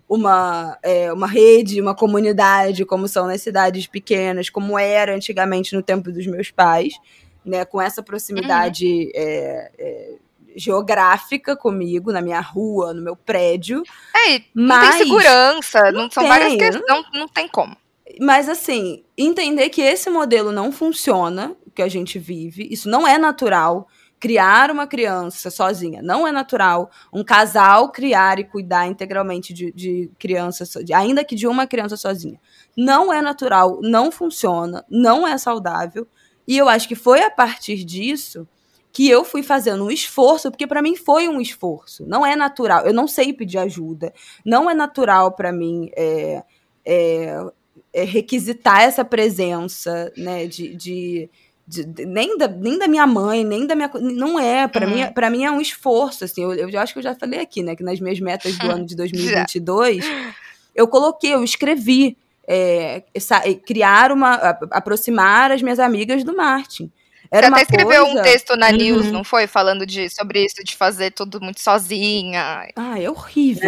rede, uma comunidade, como são nas cidades pequenas, como era antigamente no tempo dos meus pais, né, com essa proximidade geográfica comigo, na minha rua, no meu prédio. Não tem segurança, são várias questões, não tem como. Mas, assim, entender que esse modelo não funciona, que a gente vive, isso não é natural. Criar uma criança sozinha não é natural. Um casal criar e cuidar integralmente de criança, ainda que de uma criança sozinha, não é natural, não funciona, não é saudável. E eu acho que foi a partir disso que eu fui fazendo um esforço, porque para mim foi um esforço. Não é natural. Eu não sei pedir ajuda. Não é natural para mim requisitar essa presença, né, nem da minha mãe, nem da minha... Não é, para mim é um esforço, assim, eu acho que eu já falei aqui, né, que nas minhas metas do ano de 2022, eu escrevi, aproximar as minhas amigas do Martin. Você até escreveu um texto na News, não foi? Falando sobre isso, de fazer tudo muito sozinha. É horrível,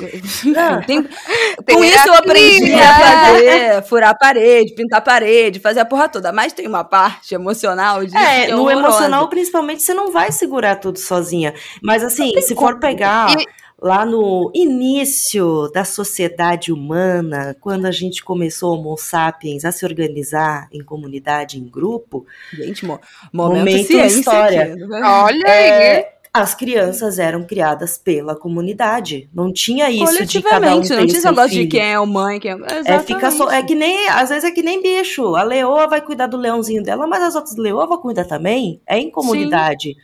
né? Com isso eu aprendi a fazer, furar a parede, pintar a parede, fazer a porra toda. Mas tem uma parte emocional disso que é no horrorosa. Emocional, principalmente, você não vai segurar tudo sozinha. Mas assim, se for pegar... Lá no início da sociedade humana, quando a gente começou, Homo sapiens, a se organizar em comunidade, em grupo... Gente, momento da história. Aqui. Olha aí! As crianças eram criadas pela comunidade. Não tinha isso de cada um ter não tinha esse negócio filho. de quem é a mãe, quem é... às vezes é que nem bicho. A leoa vai cuidar do leãozinho dela, mas as outras leoas vão cuidar também. É em comunidade.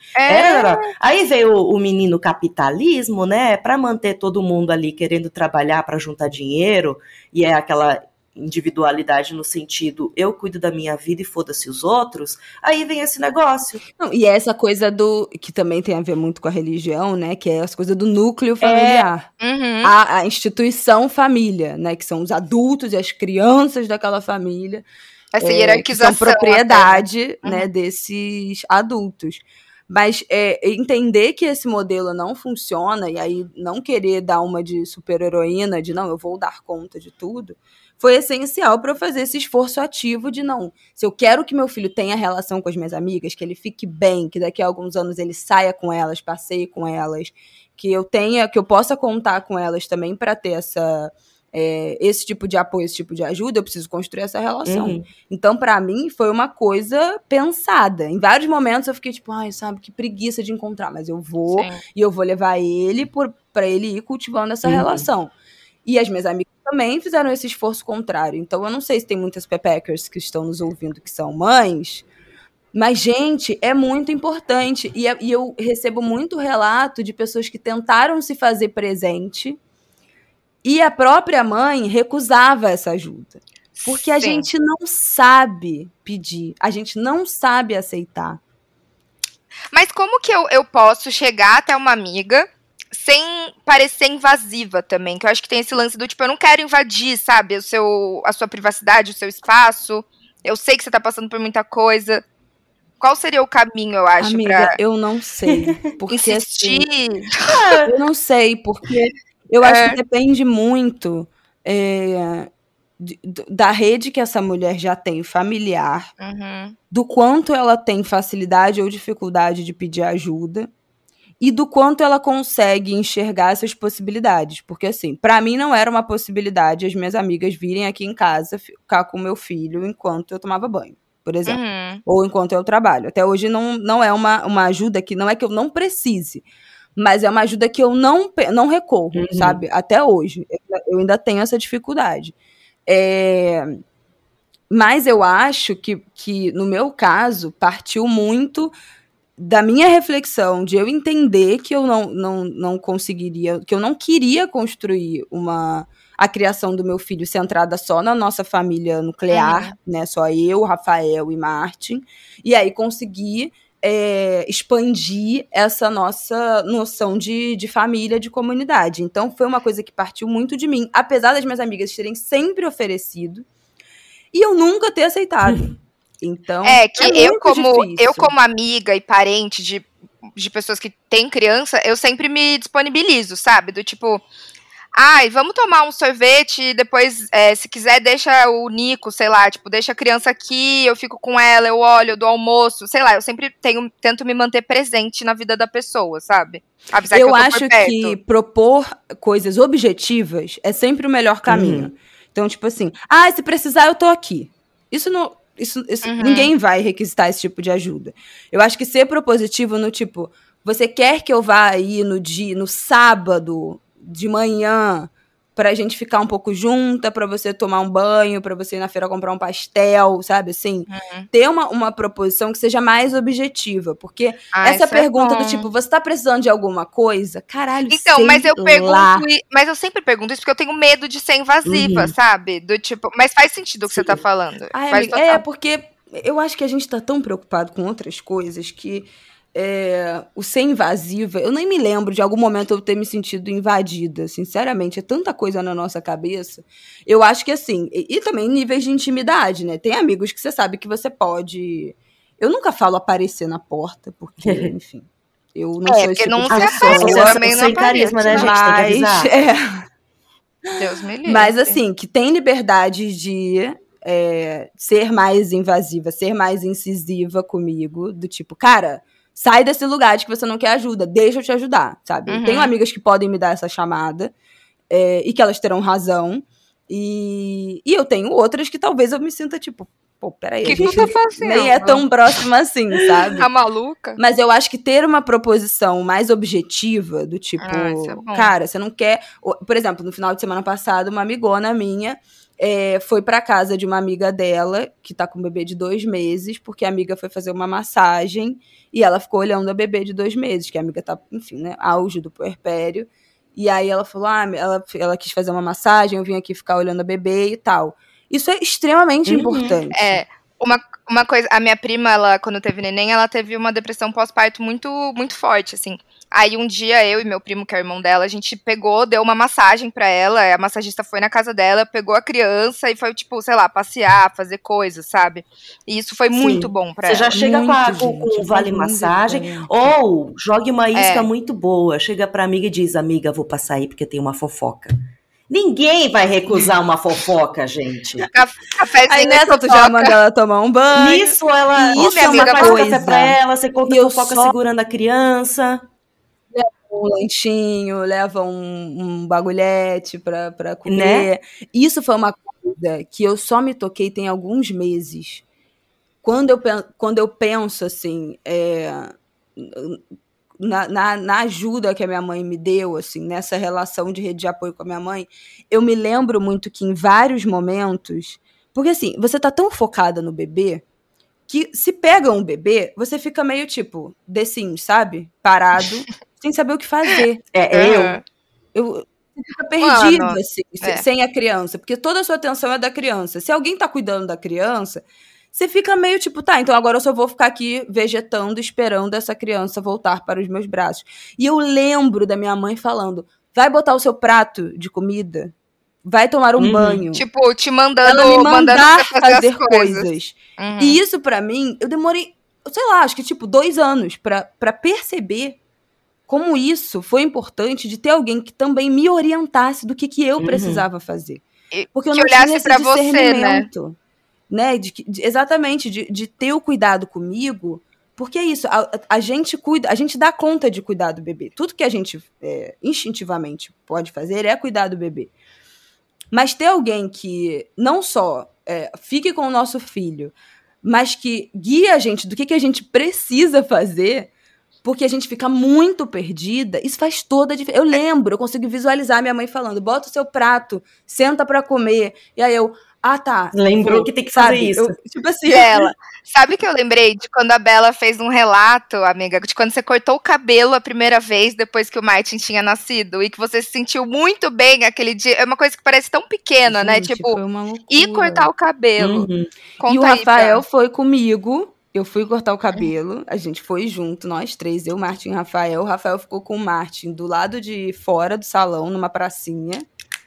Aí veio o menino capitalismo, né? Para manter todo mundo ali querendo trabalhar para juntar dinheiro. E é aquela individualidade no sentido, eu cuido da minha vida e foda-se os outros, aí vem esse negócio. Não, e é essa coisa que também tem a ver muito com a religião, né, que é as coisas do núcleo familiar. A instituição família, né, que são os adultos e as crianças daquela família. Essa hierarquização. Que são propriedade, né, desses adultos. Mas entender que esse modelo não funciona, e aí não querer dar uma de super-heroína, de não, eu vou dar conta de tudo, foi essencial para eu fazer esse esforço ativo de não. Se eu quero que meu filho tenha relação com as minhas amigas, que ele fique bem, que daqui a alguns anos ele saia com elas, passeie com elas, que eu possa contar com elas também para ter esse tipo de apoio, esse tipo de ajuda, eu preciso construir essa relação. Então, para mim, foi uma coisa pensada. Em vários momentos eu fiquei tipo, sabe, que preguiça de encontrar, mas eu vou, e eu vou levar ele para ele ir cultivando essa relação. E as minhas amigas também fizeram esse esforço contrário. Então, eu não sei se tem muitas pepeckers que estão nos ouvindo que são mães, mas, gente, é muito importante. E eu recebo muito relato de pessoas que tentaram se fazer presente e a própria mãe recusava essa ajuda. Porque a gente não sabe pedir, a gente não sabe aceitar. Mas como que eu posso chegar até uma amiga sem parecer invasiva também? Que eu acho que tem esse lance do tipo, eu não quero invadir, sabe, a sua privacidade, o seu espaço. Eu sei que você tá passando por muita coisa. Qual seria o caminho, eu acho, amiga, eu não sei. Porque, insistir? Eu não sei, porque eu acho que depende muito da rede que essa mulher já tem familiar, Uhum. do quanto ela tem facilidade ou dificuldade de pedir ajuda e do quanto ela consegue enxergar essas possibilidades. Porque, assim, pra mim não era uma possibilidade as minhas amigas virem aqui em casa ficar com meu filho enquanto eu tomava banho, por exemplo. Uhum. Ou enquanto eu trabalho. Até hoje não é uma ajuda que não é que eu não precise, mas é uma ajuda que eu não recorro, sabe? Até hoje. Eu ainda tenho essa dificuldade. Mas eu acho que, no meu caso, partiu muito da minha reflexão, de eu entender que eu não conseguiria, que eu não queria construir a criação do meu filho centrada só na nossa família nuclear, né? Só eu, Rafael e Martin. E aí conseguir expandir essa nossa noção de família, de comunidade. Então foi uma coisa que partiu muito de mim, apesar das minhas amigas terem sempre oferecido e eu nunca ter aceitado. Então, eu como amiga e parente de pessoas que têm criança, eu sempre me disponibilizo, sabe? Do tipo, vamos tomar um sorvete e depois, se quiser, deixa o Nico, sei lá, tipo, deixa a criança aqui, eu fico com ela, eu olho, eu dou almoço, sei lá, eu sempre tento me manter presente na vida da pessoa, sabe? Apesar eu acho que propor coisas objetivas é sempre o melhor caminho. Então, tipo assim, se precisar, eu tô aqui. Isso ninguém vai requisitar esse tipo de ajuda. Eu acho que ser propositivo no tipo, você quer que eu vá aí no sábado de manhã pra gente ficar um pouco junta, pra você tomar um banho, pra você ir na feira comprar um pastel, sabe assim? Ter uma proposição que seja mais objetiva, porque essa pergunta do tipo, você tá precisando de alguma coisa? Caralho, então, mas eu sempre pergunto isso porque eu tenho medo de ser invasiva, sabe? Do tipo, mas faz sentido o que você tá falando. Porque eu acho que a gente tá tão preocupado com outras coisas que o ser invasiva, eu nem me lembro de algum momento eu ter me sentido invadida, sinceramente, é tanta coisa na nossa cabeça. Eu acho que assim, e também níveis de intimidade, né? Tem amigos que você sabe que você pode... Eu nunca falo aparecer na porta, porque, enfim, eu não sou esse tipo de pessoa. Também não carisma, né, gente? Tem que avisar. Deus me livre. Mas assim, que tem liberdade de ser mais invasiva, ser mais incisiva comigo, do tipo, cara... Sai desse lugar de que você não quer ajuda, deixa eu te ajudar, sabe? Eu tenho amigas que podem me dar essa chamada e que elas terão razão. E eu tenho outras que talvez eu me sinta tipo, pô, peraí, que a gente tá fazendo? Nem é tão próxima assim, sabe? Tá maluca? Mas eu acho que ter uma proposição mais objetiva, do tipo, cara, você não quer... Por exemplo, no final de semana passado, uma amigona minha... foi pra casa de uma amiga dela, que tá com um bebê de 2 meses, porque a amiga foi fazer uma massagem e ela ficou olhando a bebê de 2 meses, que a amiga tá, enfim, né, auge do puerpério. E aí ela falou, ela quis fazer uma massagem, eu vim aqui ficar olhando a bebê e tal. Isso é extremamente importante. Uma coisa, a minha prima, ela, quando teve neném, ela teve uma depressão pós-parto muito, muito forte, assim. Aí um dia eu e meu primo, que é o irmão dela, a gente pegou, deu uma massagem pra ela, a massagista foi na casa dela, pegou a criança e foi, tipo, sei lá, passear, fazer coisas, sabe? E isso foi muito bom pra ela. Você já chega com o vale massagem, ou jogue uma isca muito boa, chega pra amiga e diz, amiga, vou passar aí porque tem uma fofoca. Ninguém vai recusar uma fofoca, gente. Cafézinho. Aí nessa tu já manda ela tomar um banho. Isso, ela faz café pra ela, você conta fofoca segurando a criança. Leva um lanchinho, leva um bagulhete pra comer. Né? Isso foi uma coisa que eu só me toquei tem alguns meses. Quando eu penso, assim, na ajuda que a minha mãe me deu, assim, nessa relação de rede de apoio com a minha mãe, eu me lembro muito que em vários momentos... Porque, assim, você tá tão focada no bebê que se pega um bebê, você fica meio, tipo, The Sims, sabe? Parado, sem saber o que fazer. Eu fico perdida, assim, sem a criança. Porque toda a sua atenção é da criança. Se alguém tá cuidando da criança... Você fica meio tipo, tá, então agora eu só vou ficar aqui vegetando, esperando essa criança voltar para os meus braços. E eu lembro da minha mãe falando, vai botar o seu prato de comida, vai tomar um banho. Tipo, te mandando, ela me mandar fazer coisas. E isso pra mim, eu demorei, sei lá, acho que tipo 2 anos pra perceber como isso foi importante de ter alguém que também me orientasse do que eu precisava fazer. Porque eu que não tinha olhasse esse pra você, discernimento, né? Exatamente, de ter o cuidado comigo. Porque é isso, a gente cuida, a gente dá conta de cuidar do bebê. Tudo que a gente instintivamente pode fazer é cuidar do bebê. Mas ter alguém que não só fique com o nosso filho, mas que guia a gente do que a gente precisa fazer, porque a gente fica muito perdida, isso faz toda a diferença. Eu lembro, eu consigo visualizar minha mãe falando, bota o seu prato, senta pra comer. E aí eu, tá. Lembrou que tem que fazer isso. Tipo assim. Ela. Sabe que eu lembrei de quando a Bela fez um relato, amiga, de quando você cortou o cabelo a primeira vez depois que o Martin tinha nascido e que você se sentiu muito bem aquele dia. É uma coisa que parece tão pequena, né? Tipo, foi uma loucura. ir cortar o cabelo. E o Rafael foi comigo. Eu fui cortar o cabelo, a gente foi junto, nós três, eu, Martin e Rafael. O Rafael ficou com o Martin do lado de fora do salão, numa pracinha.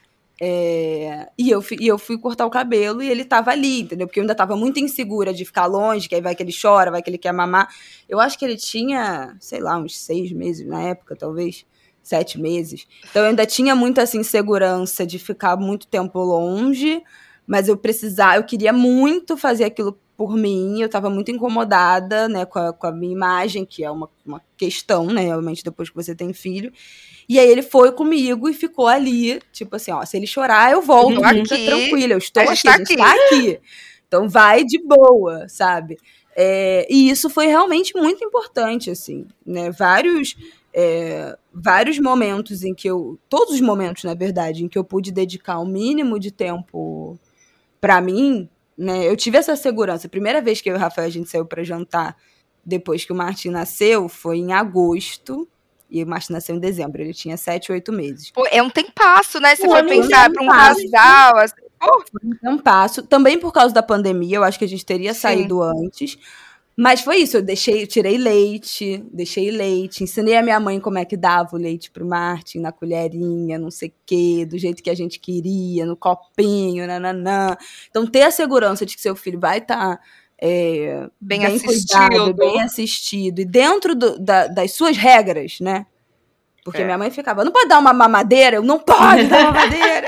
E eu fui cortar o cabelo e ele tava ali, entendeu? Porque eu ainda tava muito insegura de ficar longe, que aí vai que ele chora, vai que ele quer mamar. Eu acho que ele tinha, sei lá, uns 6 meses na época, talvez 7 meses. Então eu ainda tinha muita assim, insegurança de ficar muito tempo longe, mas eu queria muito fazer aquilo por mim, eu tava muito incomodada, né, com a minha imagem, que é uma questão, né, realmente, depois que você tem filho. E aí ele foi comigo e ficou ali, tipo assim, se ele chorar, eu volto, fica tranquila, eu estou aqui, a gente tá aqui. Então vai de boa, sabe? E isso foi realmente muito importante, assim, né, vários momentos em que todos os momentos, na verdade, em que eu pude dedicar o mínimo de tempo pra mim, né, eu tive essa segurança. A primeira vez que eu e o Rafael a gente saiu pra jantar depois que o Martin nasceu foi em agosto. E o Martin nasceu em dezembro, ele tinha 7, 8 meses. Pô, é um tempasso, né? Se for pensar para um casal. Assim, foi um tempasso. Também por causa da pandemia, eu acho que a gente teria saído antes. Mas foi isso, eu tirei leite, ensinei a minha mãe como é que dava o leite pro Martin, na colherinha, não sei o quê, do jeito que a gente queria, no copinho, nananã. Então, ter a segurança de que seu filho vai estar bem cuidado, bem assistido, e dentro das suas regras, né? Porque minha mãe ficava, não pode dar uma mamadeira? Eu, não pode dar uma mamadeira!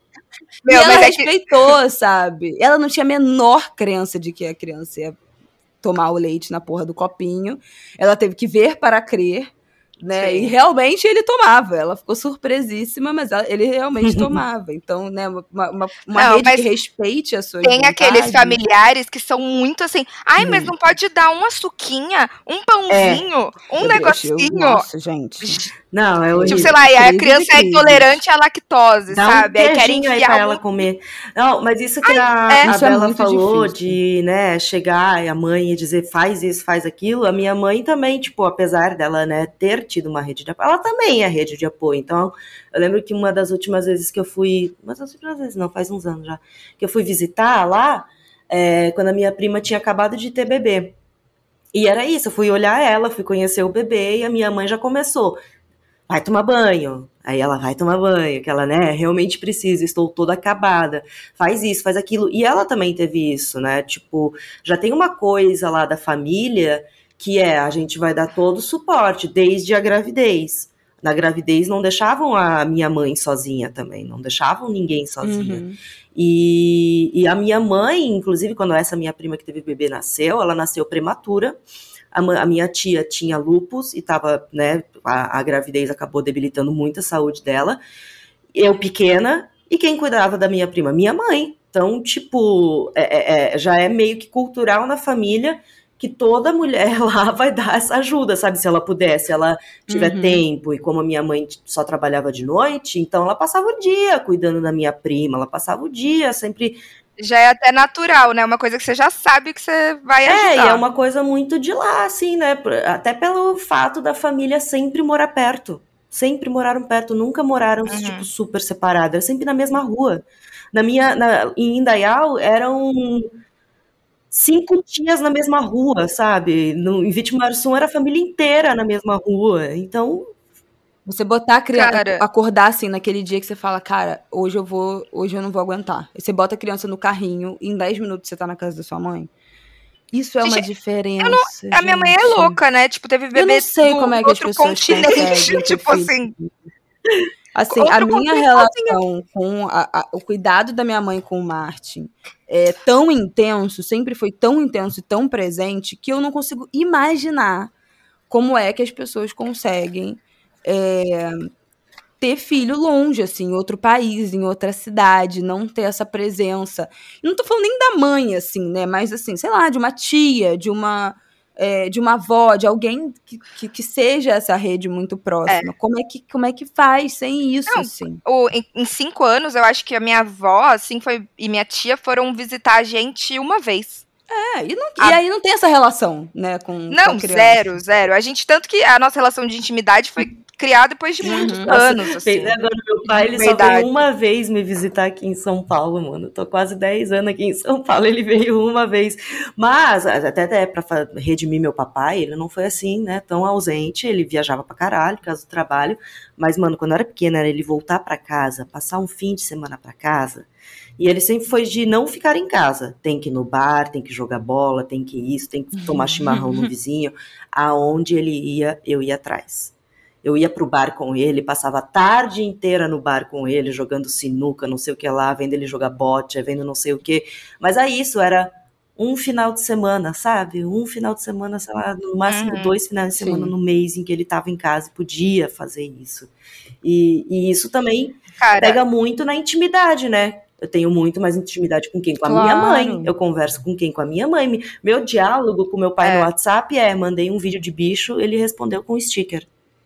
E ela respeitou, sabe? Ela não tinha a menor crença de que a criança ia tomar o leite na porra do copinho. Ela teve que ver para crer, né? Sim. E realmente ele tomava. Ela ficou surpresíssima, mas ele realmente tomava. Então, né, uma rede que respeite a sua vontade. Tem aqueles familiares que são muito assim, mas não pode dar uma suquinha, um pãozinho, negocinho. Nossa, gente. Não, é horrível. Tipo, sei lá, a criança é intolerante à lactose, sabe? Aí querem enfiar pra ela comer. Não, mas isso que a Bela falou difícil. De, né, chegar a mãe e dizer faz isso, faz aquilo. A minha mãe também, tipo, apesar dela, né, ter tido uma rede de apoio, ela também é rede de apoio. Então, eu lembro que uma das últimas vezes que eu fui, faz uns anos já, que eu fui visitar lá, quando a minha prima tinha acabado de ter bebê. E era isso, eu fui olhar ela, fui conhecer o bebê e a minha mãe já começou. Vai tomar banho. Aí ela vai tomar banho, que ela, né, realmente precisa, estou toda acabada. Faz isso, faz aquilo. E ela também teve isso, né? Tipo, já tem uma coisa lá da família que a gente vai dar todo o suporte, desde a gravidez. Na gravidez não deixavam a minha mãe sozinha também, não deixavam ninguém sozinha. Uhum. E a minha mãe, inclusive, quando essa minha prima que teve bebê nasceu, ela nasceu prematura. A minha tia tinha lúpus e tava, né, a gravidez acabou debilitando muito a saúde dela. Eu pequena, e quem cuidava da minha prima? Minha mãe. Então, tipo, já é meio que cultural na família que toda mulher lá vai dar essa ajuda, sabe? Se ela puder, se ela tiver tempo. E como a minha mãe só trabalhava de noite, então ela passava o dia cuidando da minha prima, ela passava o dia sempre... Já é até natural, né? Uma coisa que você já sabe que você vai ajudar. E é uma coisa muito de lá, assim, né? Até pelo fato da família sempre morar perto. Sempre moraram perto, nunca moraram, tipo, super separadas. Sempre na mesma rua. Em Indaial, eram 5 tias na mesma rua, sabe? Em Vitimarsum era a família inteira na mesma rua. Então... Você botar a criança, acordar assim naquele dia que você fala, cara, hoje eu não vou aguentar. E você bota a criança no carrinho e em 10 minutos você tá na casa da sua mãe. Isso é uma diferença. A minha mãe é louca, né? Tipo, teve bebê eu não sei como é que as pessoas continente, tipo assim. Assim, a minha relação com o cuidado da minha mãe com o Martin é tão intenso, sempre foi tão intenso e tão presente, que eu não consigo imaginar como é que as pessoas conseguem ter filho longe, assim, em outro país, em outra cidade, não ter essa presença. E não tô falando nem da mãe, assim, né? Mas, assim, sei lá, de uma tia, de uma avó, de alguém que seja essa rede muito próxima. Como é que faz sem isso, não, assim? Em 5 anos, eu acho que a minha avó, assim, e minha tia foram visitar a gente uma vez. E aí não tem essa relação, né, com a criança. Zero. A gente, tanto que a nossa relação de intimidade foi criada depois de muitos anos, assim. Agora, meu pai, ele só veio uma vez me visitar aqui em São Paulo, mano. Tô quase 10 anos aqui em São Paulo, ele veio uma vez. Mas, até pra redimir meu papai, ele não foi assim, né, tão ausente. Ele viajava pra caralho, por causa do trabalho. Mas, mano, quando eu era pequena, era ele voltar pra casa, passar um fim de semana pra casa. E ele sempre foi de não ficar em casa. Tem que ir no bar, tem que jogar bola, tem que isso, tem que tomar chimarrão no vizinho. Aonde ele ia, eu ia atrás. Eu ia pro bar com ele, passava a tarde inteira no bar com ele, jogando sinuca, não sei o que lá, vendo ele jogar bote, vendo não sei o que. Mas aí isso era um final de semana, sabe? Um final de semana, sei lá, no máximo 2 finais de semana no mês em que ele tava em casa e podia fazer isso. E isso também pega muito na intimidade, né? Eu tenho muito mais intimidade com quem? Com a minha mãe. Eu converso com quem? Com a minha mãe. Meu diálogo com meu pai no WhatsApp mandei um vídeo de bicho, ele respondeu com sticker.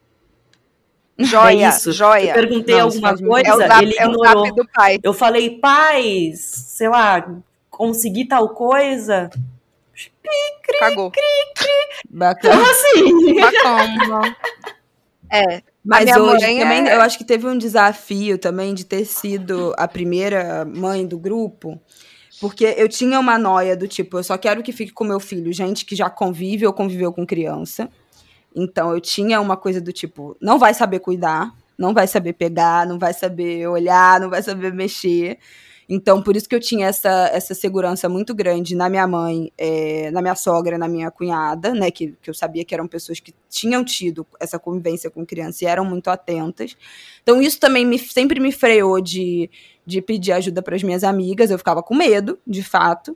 Joia, isso. joia. Eu perguntei alguma coisa, ele ignorou. Do pai. Eu falei, pai, sei lá, consegui tal coisa. Cagou. Bacana. Como assim? Bacana. Mas hoje também eu acho que teve um desafio também de ter sido a primeira mãe do grupo, porque eu tinha uma noia do tipo, eu só quero que fique com meu filho, gente que já convive ou conviveu com criança. Então eu tinha uma coisa do tipo, não vai saber cuidar, não vai saber pegar, não vai saber olhar, não vai saber mexer. Então, por isso que eu tinha essa segurança muito grande na minha mãe, na minha sogra, na minha cunhada, né, que eu sabia que eram pessoas que tinham tido essa convivência com criança e eram muito atentas. Então, isso também sempre me freou de pedir ajuda para as minhas amigas, eu ficava com medo, de fato.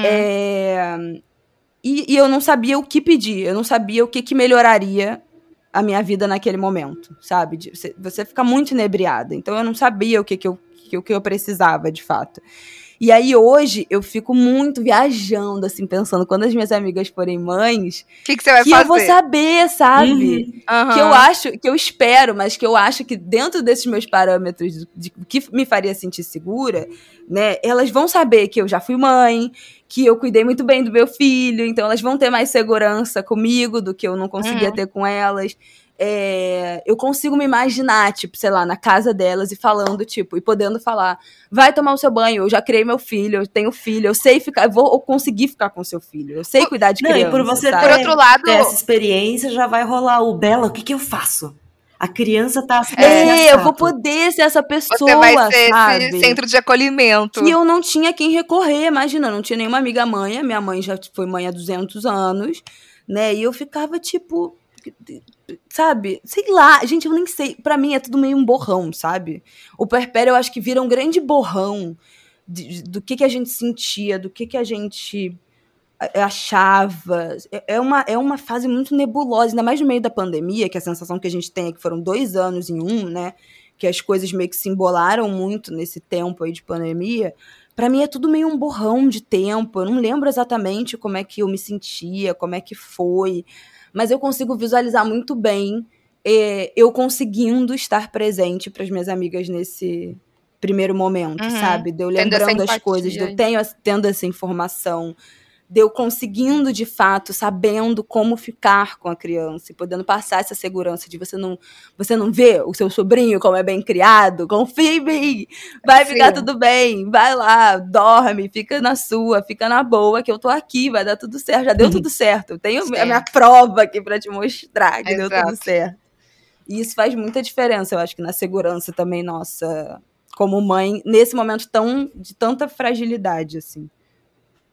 E eu não sabia o que pedir, eu não sabia o que melhoraria a minha vida naquele momento, sabe? Você fica muito inebriada, então eu não sabia o que eu precisava, de fato. E aí, hoje, eu fico muito viajando, assim, pensando, quando as minhas amigas forem mães... O que você vai fazer? Que eu vou saber, sabe? Que eu espero, mas que eu acho que dentro desses meus parâmetros de que me faria sentir segura, né, elas vão saber que eu já fui mãe, que eu cuidei muito bem do meu filho, então elas vão ter mais segurança comigo do que eu não conseguia ter com elas. Eu consigo me imaginar, tipo, sei lá, na casa delas e falando, tipo, e podendo falar, vai tomar o seu banho, eu já criei meu filho, eu tenho filho, eu sei ficar, eu vou conseguir ficar com seu filho, eu sei cuidar de criança. E por você por outro lado, ter essa experiência, já vai rolar o Bela, o que eu faço? A criança tá... eu vou poder ser essa pessoa, você vai ser sabe? Esse centro de acolhimento. Que eu não tinha quem recorrer, imagina, não tinha nenhuma amiga mãe, minha mãe já foi mãe há 200 anos, né, e eu ficava, tipo... Sabe? Sei lá. Gente, eu nem sei. Pra mim é tudo meio um borrão, sabe? O puerpério eu acho que vira um grande borrão do que a gente sentia, do que a gente achava. É uma fase muito nebulosa, ainda mais no meio da pandemia, que a sensação que a gente tem é que foram 2 anos em um, né? Que as coisas meio que se embolaram muito nesse tempo aí de pandemia. Pra mim é tudo meio um borrão de tempo. Eu não lembro exatamente como é que eu me sentia, como é que foi... Mas eu consigo visualizar muito bem eu conseguindo estar presente para as minhas amigas nesse primeiro momento, sabe? De eu lembrando as coisas, de eu tendo essa informação, de eu conseguindo, de fato, sabendo como ficar com a criança e podendo passar essa segurança de você não vê o seu sobrinho como é bem criado, confia em mim, vai ficar tudo bem, vai lá, dorme, fica na sua, fica na boa, que eu tô aqui, vai dar tudo certo, já deu tudo certo, eu tenho a minha prova aqui pra te mostrar que deu tudo certo. E isso faz muita diferença, eu acho que na segurança também nossa, como mãe, nesse momento de tanta fragilidade, assim.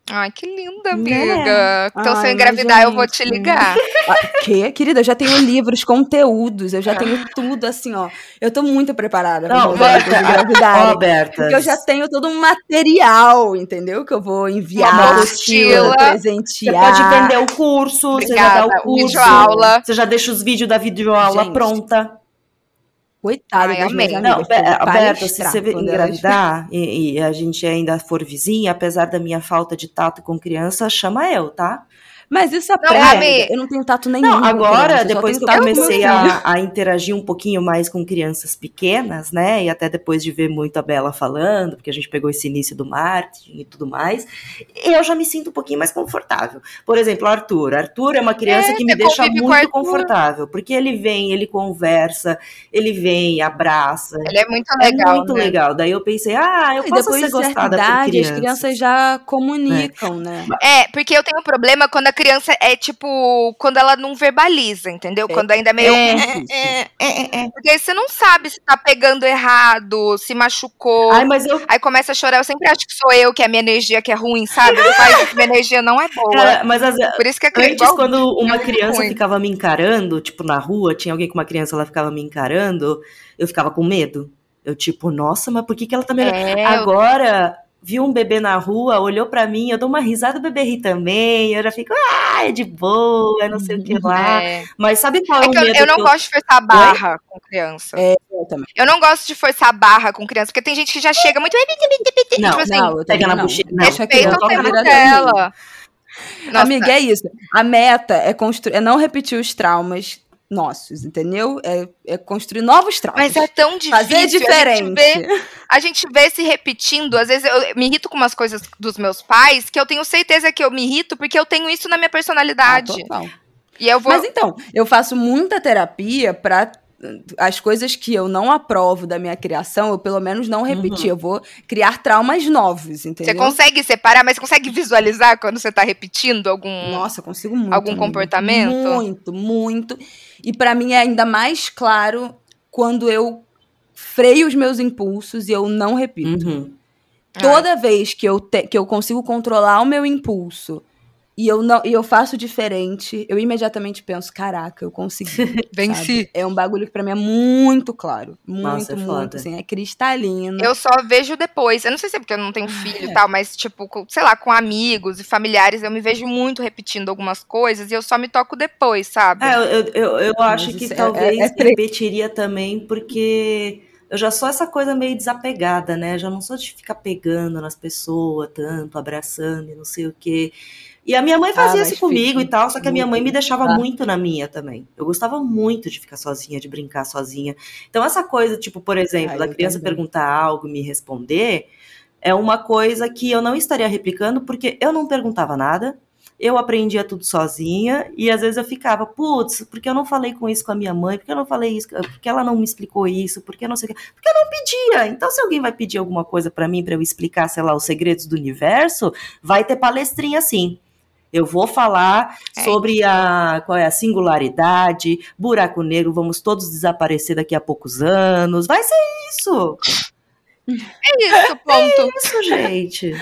Ai, que linda, amiga. Então, se eu Ai, engravidar, mas, eu vou te ligar. Que? Querida, eu já tenho livros, conteúdos, eu já tenho tudo assim, ó. Eu tô muito preparada para meus amigos engravidarem. Berta. Porque eu já tenho todo um material, entendeu? Que eu vou enviar, Uma apostila, presentear. Você pode vender o curso, Obrigada. você já dá o curso. Videoaula. Você já deixa os vídeos da videoaula pronta. Coitada das minhas amigas. Não, Berta, se você engravidar e a gente ainda for vizinha, apesar da minha falta de tato com criança, chama eu, tá? Mas isso aprende. Eu não tenho tato nenhum. Não, agora, depois que eu comecei com a interagir um pouquinho mais com crianças pequenas, né? E até depois de ver muito a Bela falando, porque a gente pegou esse início do marketing e tudo mais, eu já me sinto um pouquinho mais confortável. Por exemplo, Arthur. Arthur é uma criança que me deixa muito confortável, porque ele vem, ele conversa, ele vem, abraça. Ele é muito legal. É muito legal. Daí eu pensei, eu posso ser gostada por crianças. As crianças já comunicam, né? Porque eu tenho um problema quando a criança é tipo, quando ela não verbaliza, entendeu? Quando ainda é meio... Porque aí você não sabe se tá pegando errado, se machucou. Aí começa a chorar. Eu sempre acho que sou eu, que é a minha energia que é ruim, sabe? Eu falo que minha energia não é boa. Mas por isso que antes, quando uma criança ficava me encarando, tipo, na rua, tinha alguém com uma criança, ela ficava me encarando, eu ficava com medo. Eu tipo, nossa, mas por que ela tá me... Agora... Viu um bebê na rua, olhou pra mim, eu dou uma risada, o bebê ri também, eu já fico, é de boa, não sei o que lá. Mas sabe qual é o medo? Eu não gosto de forçar a barra com criança. Eu também. Eu não gosto de forçar a barra com criança, porque tem gente que já chega muito... Não, tipo assim, eu pega na bochecha. Respeita o tempo dela. Amiga, é isso. A meta é não repetir os traumas nossos, entendeu? É construir novos traumas. Mas é tão difícil. Fazer diferente. A gente vê se repetindo. Às vezes eu me irrito com umas coisas dos meus pais que eu tenho certeza que eu me irrito porque eu tenho isso na minha personalidade. Total. E eu vou... Mas então, eu faço muita terapia pra as coisas que eu não aprovo da minha criação, eu pelo menos não repetir. Eu vou criar traumas novos, entendeu? Você consegue separar, mas consegue visualizar quando você tá repetindo algum... Nossa, eu consigo muito. Algum comportamento? Muito, muito. E pra mim é ainda mais claro quando eu freio os meus impulsos e eu não repito. Toda vez que eu consigo controlar o meu impulso e eu faço diferente, eu imediatamente penso, caraca, eu consegui. Venci. É um bagulho que pra mim é muito claro. Nossa, muito, assim, é cristalino. Eu só vejo depois. Eu não sei se é porque eu não tenho filho e tal, mas, tipo, sei lá, com amigos e familiares, eu me vejo muito repetindo algumas coisas e eu só me toco depois, sabe? Eu acho que talvez repetiria também, porque... Eu já sou essa coisa meio desapegada, né? Já não sou de ficar pegando nas pessoas tanto, abraçando e não sei o quê. E a minha mãe fazia isso comigo e tal, só que a minha mãe me deixava muito na minha também. Eu gostava muito de ficar sozinha, de brincar sozinha. Então essa coisa, tipo, por exemplo, da criança perguntar algo e me responder, é uma coisa que eu não estaria replicando, porque eu não perguntava nada, eu aprendia tudo sozinha, e às vezes eu ficava, putz, porque eu não falei com isso com a minha mãe, porque eu não falei isso, porque ela não me explicou isso, porque eu não sei o que, porque eu não pedia. Então se alguém vai pedir alguma coisa pra mim, pra eu explicar, sei lá, os segredos do universo, vai ter palestrinha assim. Eu vou falar sobre qual é a singularidade, buraco negro, vamos todos desaparecer daqui a poucos anos, vai ser isso. É isso, ponto. É isso, gente.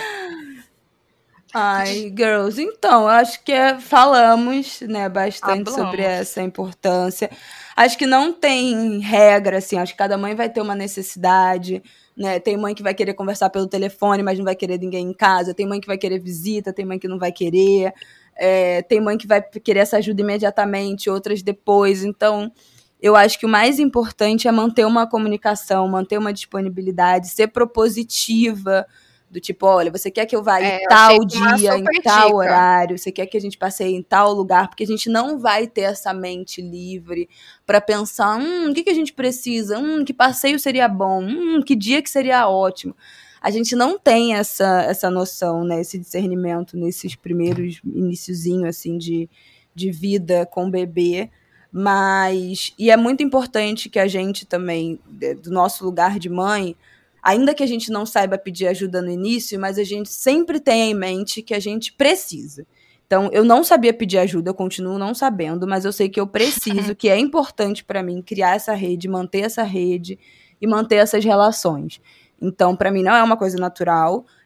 Ai, girls, então, acho que falamos, né, bastante sobre essa importância. Acho que não tem regra, assim, acho que cada mãe vai ter uma necessidade, né? Tem mãe que vai querer conversar pelo telefone, mas não vai querer ninguém em casa, tem mãe que vai querer visita, tem mãe que não vai querer, tem mãe que vai querer essa ajuda imediatamente, outras depois, então... Eu acho que o mais importante é manter uma comunicação, manter uma disponibilidade, ser propositiva, do tipo, olha, você quer que eu vá em tal dia, em tal horário, você quer que a gente passeie em tal lugar, porque a gente não vai ter essa mente livre para pensar, o que a gente precisa, que passeio seria bom, que dia que seria ótimo. A gente não tem essa noção, né, esse discernimento nesses primeiros iniciozinhos, assim, de vida com o bebê, e é muito importante que a gente também, do nosso lugar de mãe, ainda que a gente não saiba pedir ajuda no início, mas a gente sempre tem em mente que a gente precisa. Então, eu não sabia pedir ajuda, eu continuo não sabendo, mas eu sei que eu preciso, que é importante para mim criar essa rede, manter essa rede e manter essas relações. Então, para mim, não é uma coisa natural.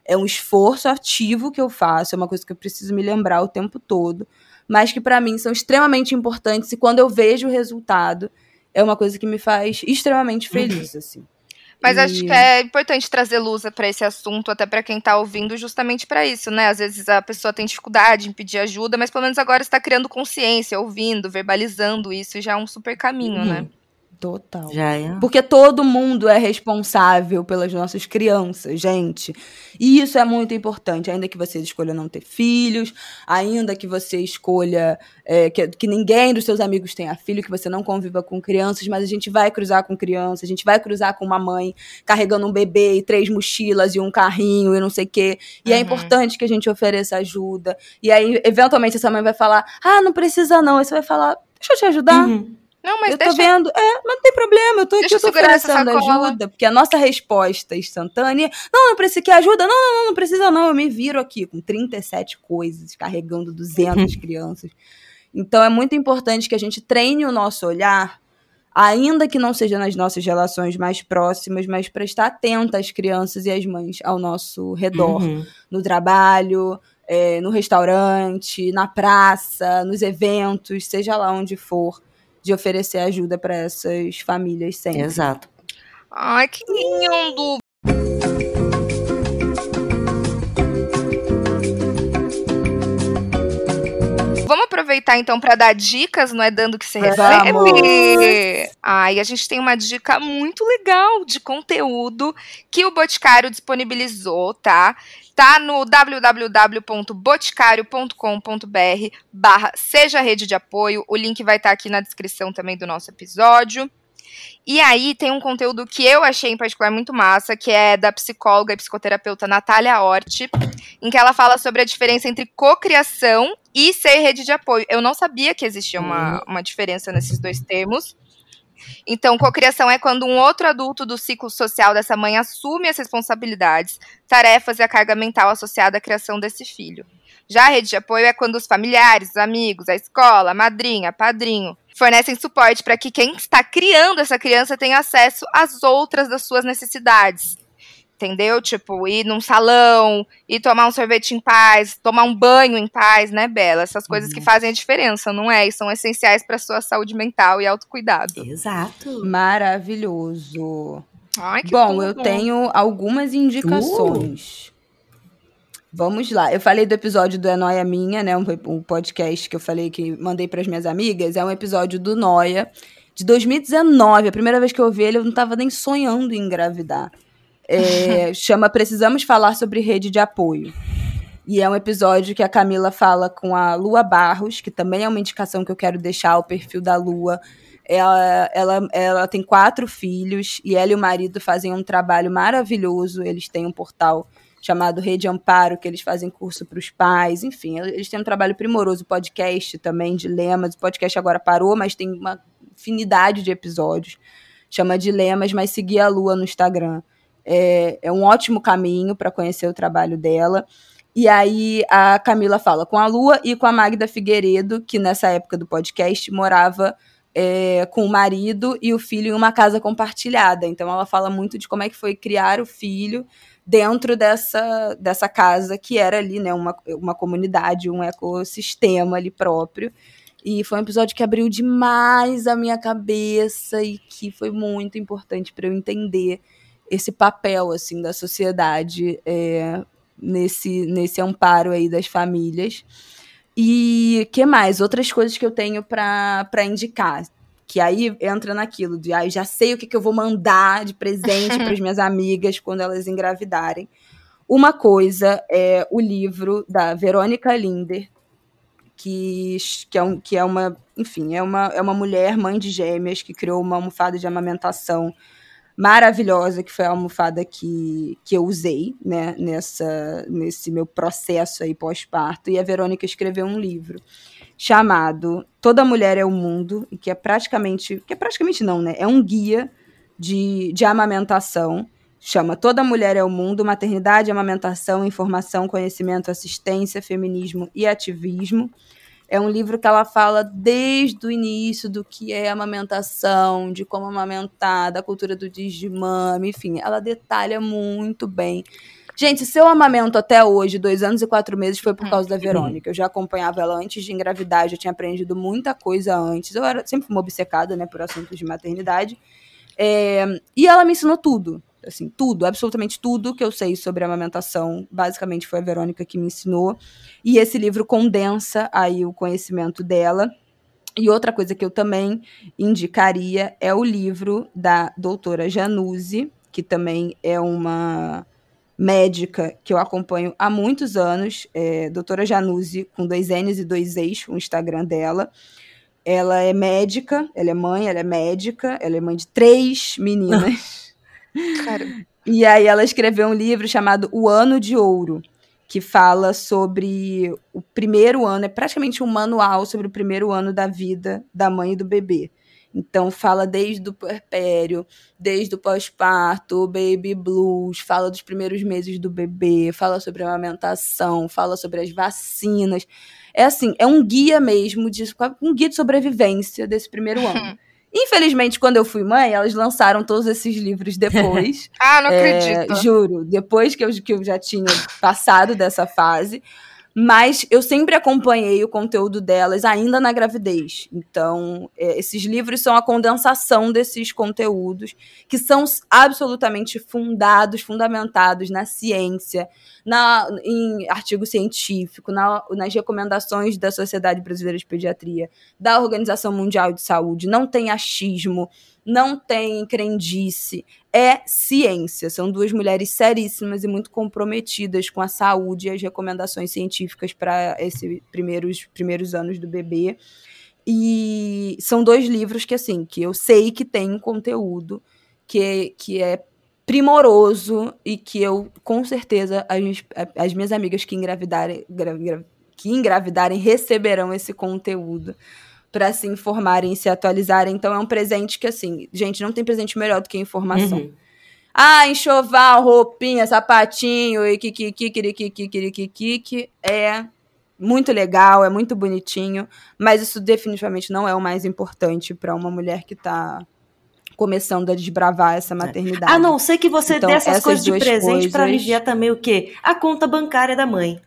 é um esforço ativo que eu faço, é uma coisa que eu preciso me lembrar o tempo todo, mas que para mim são extremamente importantes, e quando eu vejo o resultado, é uma coisa que me faz extremamente feliz, assim. Mas acho que é importante trazer luz para esse assunto, até para quem tá ouvindo, justamente para isso, né? Às vezes a pessoa tem dificuldade em pedir ajuda, mas pelo menos agora está criando consciência, ouvindo, verbalizando isso, e já é um super caminho, né? Total. Já é. Porque todo mundo é responsável pelas nossas crianças, gente. E isso é muito importante. Ainda que você escolha não ter filhos, ainda que você escolha que ninguém dos seus amigos tenha filho, que você não conviva com crianças, mas a gente vai cruzar com crianças, a gente vai cruzar com uma mãe carregando um bebê e 3 mochilas e um carrinho e não sei o quê. E é importante que a gente ofereça ajuda. E aí, eventualmente, essa mãe vai falar, não precisa não. Aí você vai falar, deixa eu te ajudar. Não, mas eu tô vendo, mas não tem problema, eu tô aqui, eu tô oferecendo sacola. ajuda, porque a nossa resposta instantânea, não precisa, quer ajuda? Não precisa não, eu me viro aqui com 37 coisas, carregando 200 crianças. Então é muito importante que a gente treine o nosso olhar, ainda que não seja nas nossas relações mais próximas, mas para estar atenta às crianças e às mães ao nosso redor, no trabalho, no restaurante, na praça, nos eventos, seja lá onde for, de oferecer ajuda para essas famílias sempre. Exato. Ai, que lindo! Vamos aproveitar então para dar dicas, não é dando que se recebe? E a gente tem uma dica muito legal de conteúdo que o Boticário disponibilizou, tá? Tá no www.boticario.com.br/seja rede de apoio. O link vai estar aqui na descrição também do nosso episódio. E aí tem um conteúdo que eu achei em particular muito massa, que é da psicóloga e psicoterapeuta Natália Hort, em que ela fala sobre a diferença entre cocriação e ser rede de apoio. Eu não sabia que existia uma diferença nesses dois termos. Então, cocriação é quando um outro adulto do ciclo social dessa mãe assume as responsabilidades, tarefas e a carga mental associada à criação desse filho. Já a rede de apoio é quando os familiares, os amigos, a escola, a madrinha, padrinho, fornecem suporte para que quem está criando essa criança tenha acesso às outras das suas necessidades. Entendeu? Tipo, ir num salão, ir tomar um sorvete em paz, tomar um banho em paz, né, Bela? Essas coisas que fazem a diferença, não é? E são essenciais para a sua saúde mental e autocuidado. Exato. Maravilhoso. Ai, que Bom, tudo. eu tenho algumas indicações. Vamos lá. Eu falei do episódio do É Nóia Minha, né? Um podcast que eu falei que mandei para as minhas amigas. É um episódio do Nóia, de 2019. A primeira vez que eu ouvi ele, eu não estava nem sonhando em engravidar. Chama Precisamos Falar sobre Rede de Apoio. E é um episódio que a Camila fala com a Lua Barros, que também é uma indicação que eu quero deixar, o perfil da Lua. Ela tem 4 filhos e ela e o marido fazem um trabalho maravilhoso. Eles têm um portal chamado Rede Amparo, que eles fazem curso para os pais. Enfim, eles têm um trabalho primoroso. Podcast também, Dilemas. O podcast agora parou, mas tem uma infinidade de episódios. Chama Dilemas, mas seguir a Lua no Instagram. É um ótimo caminho para conhecer o trabalho dela. E aí a Camila fala com a Lua e com a Magda Figueiredo, que nessa época do podcast morava com o marido e o filho em uma casa compartilhada. Então ela fala muito de como é que foi criar o filho dentro dessa casa que era ali, né, uma comunidade, um ecossistema ali próprio. E foi um episódio que abriu demais a minha cabeça e que foi muito importante para eu entender esse papel assim da sociedade nesse amparo aí das famílias. E que mais? Outras coisas que eu tenho para indicar, que aí entra naquilo de já sei o que eu vou mandar de presente para as minhas amigas quando elas engravidarem. Uma coisa é o livro da Verônica Linder, que é uma, enfim, é uma mulher, mãe de gêmeas, que criou uma almofada de amamentação maravilhosa, que foi a almofada que eu usei, né, nesse meu processo aí pós-parto. E a Verônica escreveu um livro chamado Toda Mulher é o Mundo, e que é praticamente não, né, é um guia de amamentação. Chama Toda Mulher é o Mundo, Maternidade, Amamentação, Informação, Conhecimento, Assistência, Feminismo e Ativismo. É um livro que ela fala desde o início do que é amamentação, de como amamentar, da cultura do desmame, enfim, ela detalha muito bem. Gente, se eu amamento até hoje, 2 anos e 4 meses, foi por causa da Verônica. Eu já acompanhava ela antes de engravidar, já tinha aprendido muita coisa antes. Eu era sempre uma obcecada, né, por assuntos de maternidade. E ela me ensinou tudo. Assim, tudo, absolutamente tudo que eu sei sobre amamentação, basicamente foi a Verônica que me ensinou. E esse livro condensa aí o conhecimento dela. E outra coisa que eu também indicaria é o livro da doutora Januse, que também é uma médica que eu acompanho há muitos anos, doutora Januse, com 2 N's e 2 E's, o Instagram dela. Ela é médica, ela é mãe, ela é médica, ela é mãe de 3 meninas. Caramba. E aí ela escreveu um livro chamado O Ano de Ouro, que fala sobre o primeiro ano, é praticamente um manual sobre o primeiro ano da vida da mãe e do bebê. Então fala desde o puerpério, desde o pós-parto, o baby blues, fala dos primeiros meses do bebê, fala sobre a amamentação, fala sobre as vacinas. É assim, é um guia mesmo, um guia de sobrevivência desse primeiro ano. Infelizmente, quando eu fui mãe, elas lançaram todos esses livros depois. Ah, não acredito. Juro, depois que eu já tinha passado dessa fase. Mas eu sempre acompanhei o conteúdo delas ainda na gravidez. Então, esses livros são a condensação desses conteúdos que são absolutamente fundamentados na ciência, em artigo científico, nas recomendações da Sociedade Brasileira de Pediatria, da Organização Mundial de Saúde. Não tem achismo, não tem crendice, é ciência. São 2 mulheres seríssimas e muito comprometidas com a saúde e as recomendações científicas para esses primeiros anos do bebê. E são 2 livros que, assim, que eu sei que tem um conteúdo que é primoroso e que eu, com certeza, as minhas amigas que engravidarem receberão esse conteúdo para se informarem e se atualizarem. Então é um presente que, assim, gente, não tem presente melhor do que informação. Uhum. Enxoval, roupinha, sapatinho e kikikikikikikikikiki é muito legal, é muito bonitinho, mas isso definitivamente não é o mais importante para uma mulher que está começando a desbravar essa maternidade. A não ser que você Então, dê essas coisas de presente para coisas... aliviar também o quê? A conta bancária da mãe.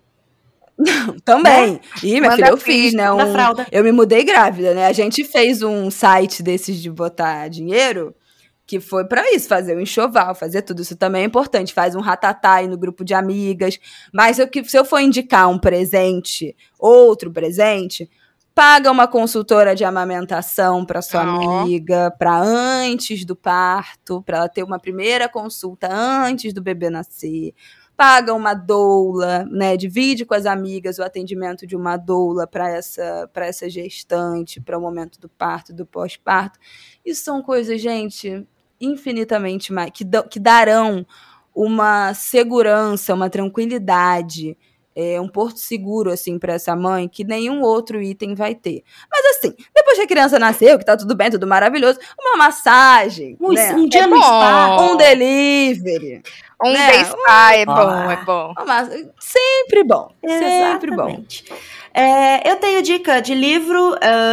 Também. Né? E, minha filha, eu fiz, né? fralda. Eu me mudei grávida, né? A gente fez um site desses de botar dinheiro, que foi pra isso, fazer o enxoval, fazer tudo. Isso também é importante. Faz um ratatá aí no grupo de amigas. Mas se eu for indicar um presente, outro presente, paga uma consultora de amamentação para sua amiga, para antes do parto, para ela ter uma primeira consulta antes do bebê nascer. Paga uma doula, né? Divide com as amigas o atendimento de uma doula para essa gestante, para o momento do parto, do pós-parto. Isso são coisas, gente, infinitamente mais, que darão uma segurança, uma tranquilidade, um porto seguro, assim, para essa mãe, que nenhum outro item vai ter. Mas, assim, depois que a criança nasceu, que tá tudo bem, tudo maravilhoso, uma massagem, né? Um dia no spa. Um delivery. Um né? day spa é bom. Sempre bom. Exatamente. Sempre bom. Eu tenho dica de livro,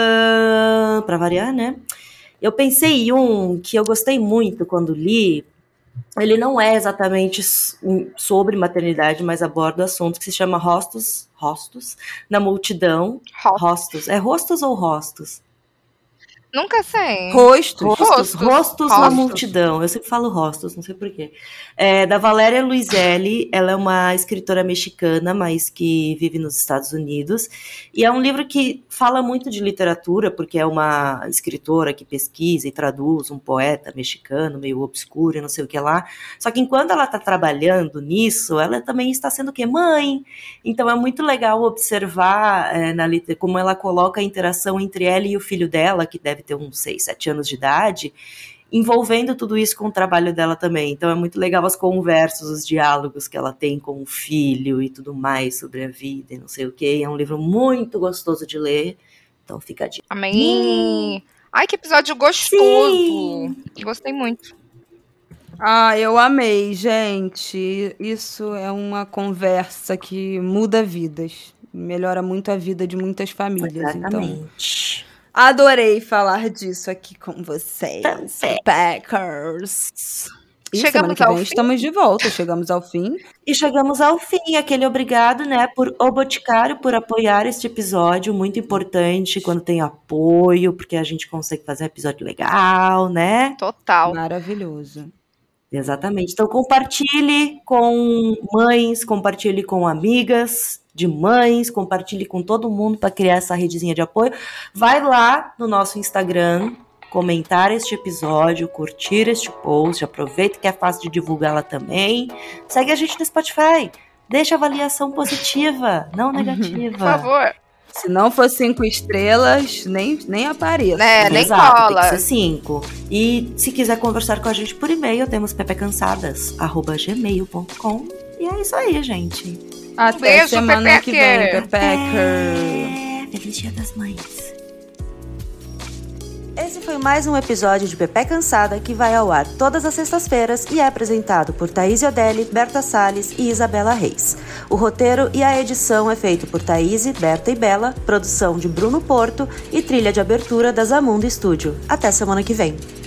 para variar, né? Eu pensei em um que eu gostei muito quando li. Ele não é exatamente sobre maternidade, mas aborda assuntos que se chama Rostos na Multidão. Rostos. É rostos ou rostos? Nunca sei. Rostos na Multidão. Eu sempre falo rostos, não sei porquê. Da Valéria Luiselli. Ela é uma escritora mexicana, mas que vive nos Estados Unidos. E é um livro que fala muito de literatura, porque é uma escritora que pesquisa e traduz um poeta mexicano, meio obscuro e não sei o que lá. Só que enquanto ela está trabalhando nisso, ela também está sendo o quê? Mãe. Então é muito legal observar como ela coloca a interação entre ela e o filho dela, que deve ter uns 6, 7 anos de idade, envolvendo tudo isso com o trabalho dela também. Então é muito legal as conversas, os diálogos que ela tem com o filho e tudo mais sobre a vida e não sei o que. É um livro muito gostoso de ler, então fica a dica. Amém! Ai, que episódio gostoso! Sim. Gostei muito. Eu amei, gente. Isso é uma conversa que muda vidas. melhora muito a vida de muitas famílias. Exatamente. Então, adorei falar disso aqui com vocês, Também. Packers. E semana Chegamos que ao vem fim. estamos de volta, chegamos ao fim. E chegamos ao fim, aquele obrigado, né, por O Boticário, por apoiar este episódio, muito importante quando tem apoio, porque a gente consegue fazer um episódio legal, né? Total. Maravilhoso. Exatamente. Então compartilhe com mães, compartilhe com amigas de mães, compartilhe com todo mundo para criar essa redezinha de apoio. Vai lá no nosso Instagram, comentar este episódio, curtir este post, aproveita que é fácil de divulgar lá também. Segue a gente no Spotify, deixa avaliação positiva, não negativa. Por favor. Se não for 5 estrelas, nem apareça. Nem Exato, cola. tem que ser 5. E se quiser conversar com a gente por e-mail, temos pepecansadas@gmail.com. E é isso aí, gente. Até Beijo, semana que vem, Pepecker. Pepecker. Feliz Dia das Mães. Esse foi mais um episódio de Pepe Cansada, que vai ao ar todas as sextas-feiras e é apresentado por Thaís Odelli, Berta Salles e Isabela Reis. O roteiro e a edição é feito por Thaís, Berta e Bela, produção de Bruno Porto e trilha de abertura da Zamundo Studio. Até semana que vem.